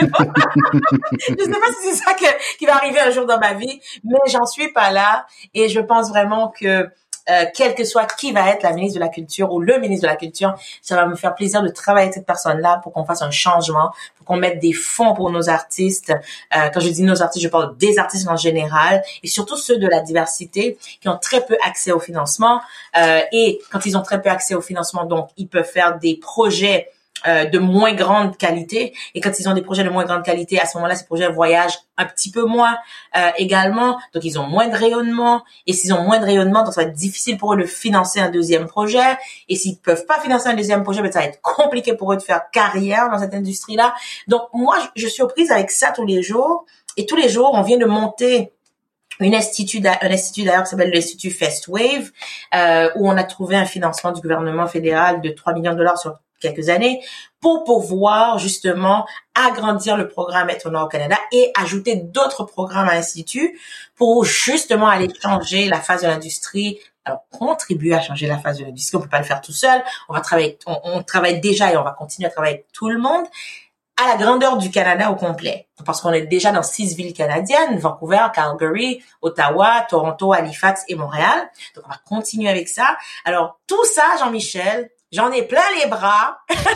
Je ne sais pas si c'est ça qui va arriver un jour dans ma vie, mais j'en suis pas là et je pense vraiment que quel que soit qui va être la ministre de la Culture ou le ministre de la Culture, ça va me faire plaisir de travailler avec cette personne-là pour qu'on fasse un changement, pour qu'on mette des fonds pour nos artistes. Quand je dis nos artistes, je parle des artistes en général et surtout ceux de la diversité qui ont très peu accès au financement. Et quand ils ont très peu accès au financement, donc ils peuvent faire des projets de moins grande qualité, et quand ils ont des projets de moins grande qualité, à ce moment-là, ces projets voyagent un petit peu moins également, donc ils ont moins de rayonnement, et s'ils ont moins de rayonnement, donc ça va être difficile pour eux de financer un deuxième projet, et s'ils peuvent pas financer un deuxième projet, ben ça va être compliqué pour eux de faire carrière dans cette industrie-là. Donc moi, je suis aux prises avec ça tous les jours, et tous les jours, on vient de monter un institut d'ailleurs qui s'appelle l'Institut Festwave, où on a trouvé un financement du gouvernement fédéral de 3 millions de dollars sur quelques années pour pouvoir justement agrandir le programme Être au Nord au Canada et ajouter d'autres programmes à l'Institut pour justement aller changer la face de l'industrie. Alors, contribuer à changer la face de l'industrie, on peut pas le faire tout seul. On travaille déjà et on va continuer à travailler avec tout le monde à la grandeur du Canada au complet. Parce qu'on est déjà dans 6 villes canadiennes, Vancouver, Calgary, Ottawa, Toronto, Halifax et Montréal. Donc, on va continuer avec ça. Alors, tout ça, Jean-Michel, j'en ai plein les bras.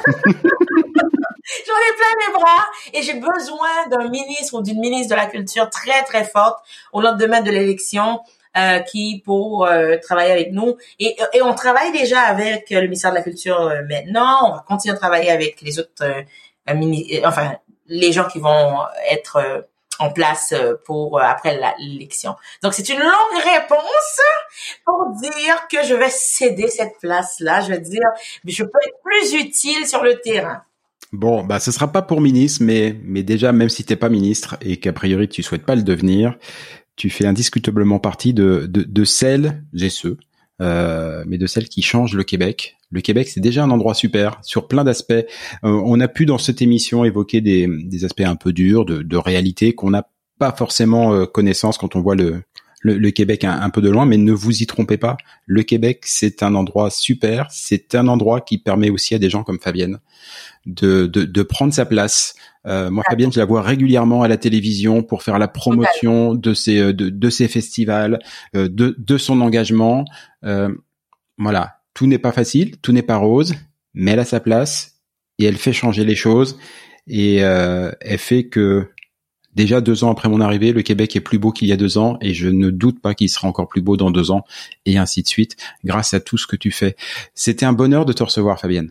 J'en ai plein les bras et j'ai besoin d'un ministre ou d'une ministre de la Culture très, très forte au lendemain de l'élection qui pour travailler avec nous. Et on travaille déjà avec le ministère de la Culture maintenant. On va continuer à travailler avec les autres les gens qui vont être en place pour après l'élection. Donc, c'est une longue réponse pour dire que je vais céder cette place-là. Je vais dire, je peux être plus utile sur le terrain. Bon, ce sera pas pour ministre, mais déjà, même si t'es pas ministre et qu'a priori tu souhaites pas le devenir, tu fais indiscutablement partie de celles et ceux, mais de celles qui changent le Québec. Le Québec, c'est déjà un endroit super sur plein d'aspects. On a pu dans cette émission évoquer des aspects un peu durs de réalité qu'on n'a pas forcément connaissance quand on voit le Québec un peu de loin, mais ne vous y trompez pas. Le Québec, c'est un endroit super. C'est un endroit qui permet aussi à des gens comme Fabienne de prendre sa place. Moi, Fabienne, je la vois régulièrement à la télévision pour faire la promotion de ses festivals, de son engagement. Voilà. Tout n'est pas facile, tout n'est pas rose, mais elle a sa place et elle fait changer les choses et elle fait que déjà 2 ans après mon arrivée, le Québec est plus beau qu'il y a 2 ans et je ne doute pas qu'il sera encore plus beau dans 2 ans et ainsi de suite grâce à tout ce que tu fais. C'était un bonheur de te recevoir, Fabienne.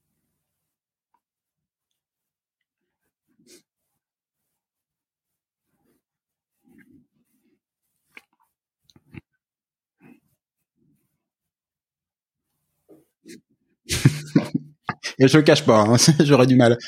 Et je le cache pas, hein, j'aurais du mal.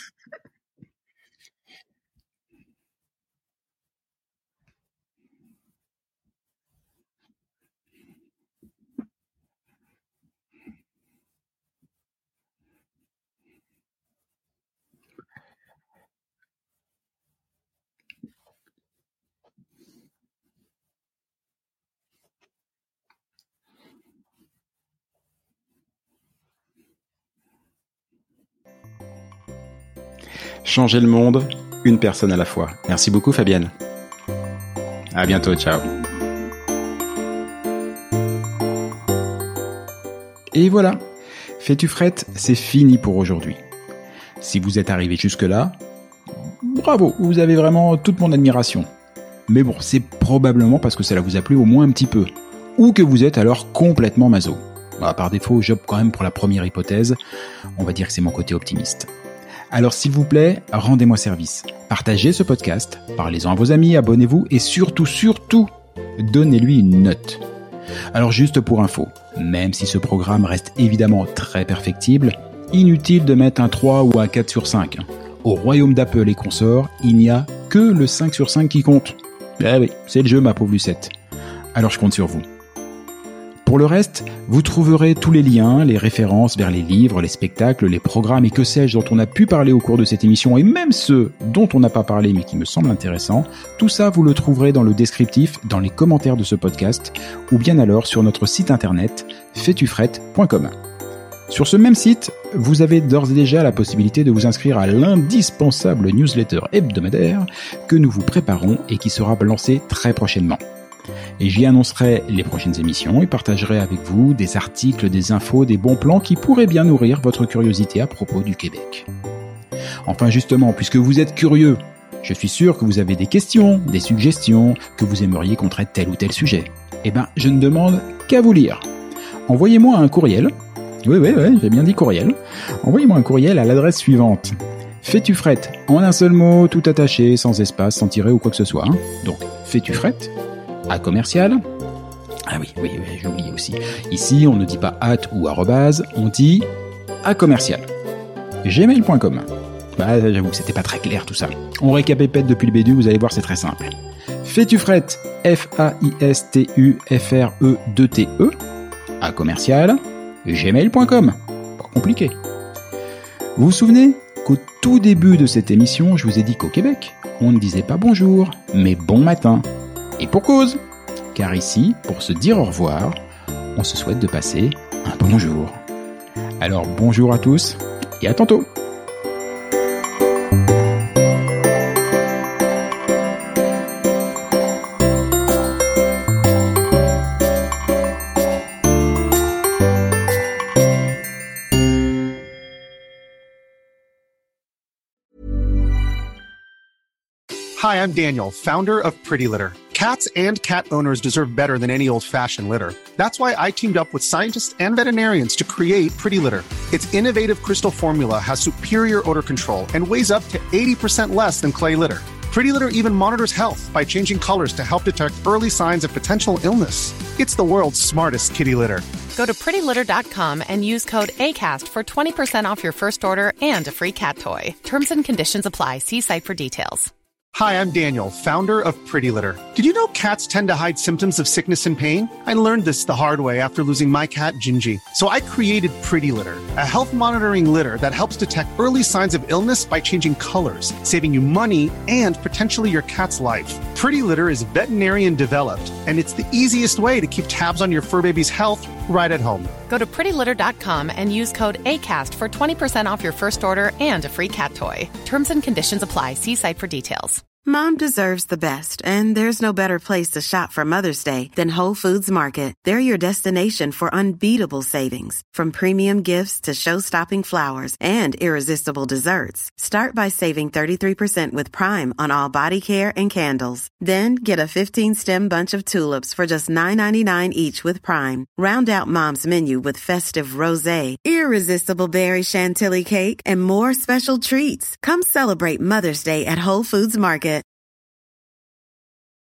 Changer le monde, une personne à la fois. Merci beaucoup, Fabienne. À bientôt, ciao. Et voilà, Fais-tu frette, c'est fini pour aujourd'hui. Si vous êtes arrivé jusque-là, bravo, vous avez vraiment toute mon admiration. Mais bon, c'est probablement parce que cela vous a plu au moins un petit peu. Ou que vous êtes alors complètement maso. Bah, par défaut, j'opte quand même pour la première hypothèse. On va dire que c'est mon côté optimiste. Alors s'il vous plaît, rendez-moi service. Partagez ce podcast, parlez-en à vos amis, abonnez-vous et surtout, donnez-lui une note. Alors juste pour info, même si ce programme reste évidemment très perfectible, inutile de mettre un 3 ou un 4 sur 5. Au royaume d'Apple et consorts, il n'y a que le 5 sur 5 qui compte. Eh oui, c'est le jeu ma pauvre Lucette. Alors je compte sur vous. Pour le reste, vous trouverez tous les liens, les références vers les livres, les spectacles, les programmes et que sais-je dont on a pu parler au cours de cette émission et même ceux dont on n'a pas parlé mais qui me semblent intéressants. Tout ça, vous le trouverez dans le descriptif, dans les commentaires de ce podcast ou bien alors sur notre site internet faitufrette.com. Sur ce même site, vous avez d'ores et déjà la possibilité de vous inscrire à l'indispensable newsletter hebdomadaire que nous vous préparons et qui sera lancé très prochainement. Et j'y annoncerai les prochaines émissions et partagerai avec vous des articles, des infos, des bons plans qui pourraient bien nourrir votre curiosité à propos du Québec. Enfin justement, puisque vous êtes curieux, je suis sûr que vous avez des questions, des suggestions, que vous aimeriez qu'on traite tel ou tel sujet. Eh ben, je ne demande qu'à vous lire. Envoyez-moi un courriel. Oui, j'ai bien dit courriel. Envoyez-moi un courriel à l'adresse suivante. Fais-tu frette, en un seul mot, tout attaché, sans espace, sans tiret ou quoi que ce soit. Donc, fais-tu frette à commercial. Ah oui, j'ai oublié aussi. Ici, on ne dit pas @ ou arrobase, on dit à commercial. gmail.com. Bah, j'avoue, c'était pas très clair tout ça. On récapépète depuis le début, vous allez voir, c'est très simple. Fais-tu frette, FAISTUFRE2TE, à commercial, gmail.com. Pas compliqué. Vous vous souvenez qu'au tout début de cette émission, je vous ai dit qu'au Québec, on ne disait pas bonjour, mais bon matin. Et pour cause, car ici, pour se dire au revoir, on se souhaite de passer un bonjour. Alors bonjour à tous et à tantôt. Hi, I'm Daniel, founder of Pretty Litter. Cats and cat owners deserve better than any old-fashioned litter. That's why I teamed up with scientists and veterinarians to create Pretty Litter. Its innovative crystal formula has superior odor control and weighs up to 80% less than clay litter. Pretty Litter even monitors health by changing colors to help detect early signs of potential illness. It's the world's smartest kitty litter. Go to prettylitter.com and use code ACAST for 20% off your first order and a free cat toy. Terms and conditions apply. See site for details. Hi, I'm Daniel, founder of Pretty Litter. Did you know cats tend to hide symptoms of sickness and pain? I learned this the hard way after losing my cat, Gingy. So I created Pretty Litter, a health monitoring litter that helps detect early signs of illness by changing colors, saving you money and potentially your cat's life. Pretty Litter is veterinarian developed, and it's the easiest way to keep tabs on your fur baby's health right at home. Go to prettylitter.com and use code ACAST for 20% off your first order and a free cat toy. Terms and conditions apply. See site for details. Mom deserves the best, and there's no better place to shop for Mother's Day than Whole Foods Market. They're your destination for unbeatable savings, from premium gifts to show-stopping flowers and irresistible desserts. Start by saving 33% with Prime on all body care and candles. Then get a 15-stem bunch of tulips for just $9.99 each with Prime. Round out Mom's menu with festive rosé, irresistible berry chantilly cake, and more special treats. Come celebrate Mother's Day at Whole Foods Market.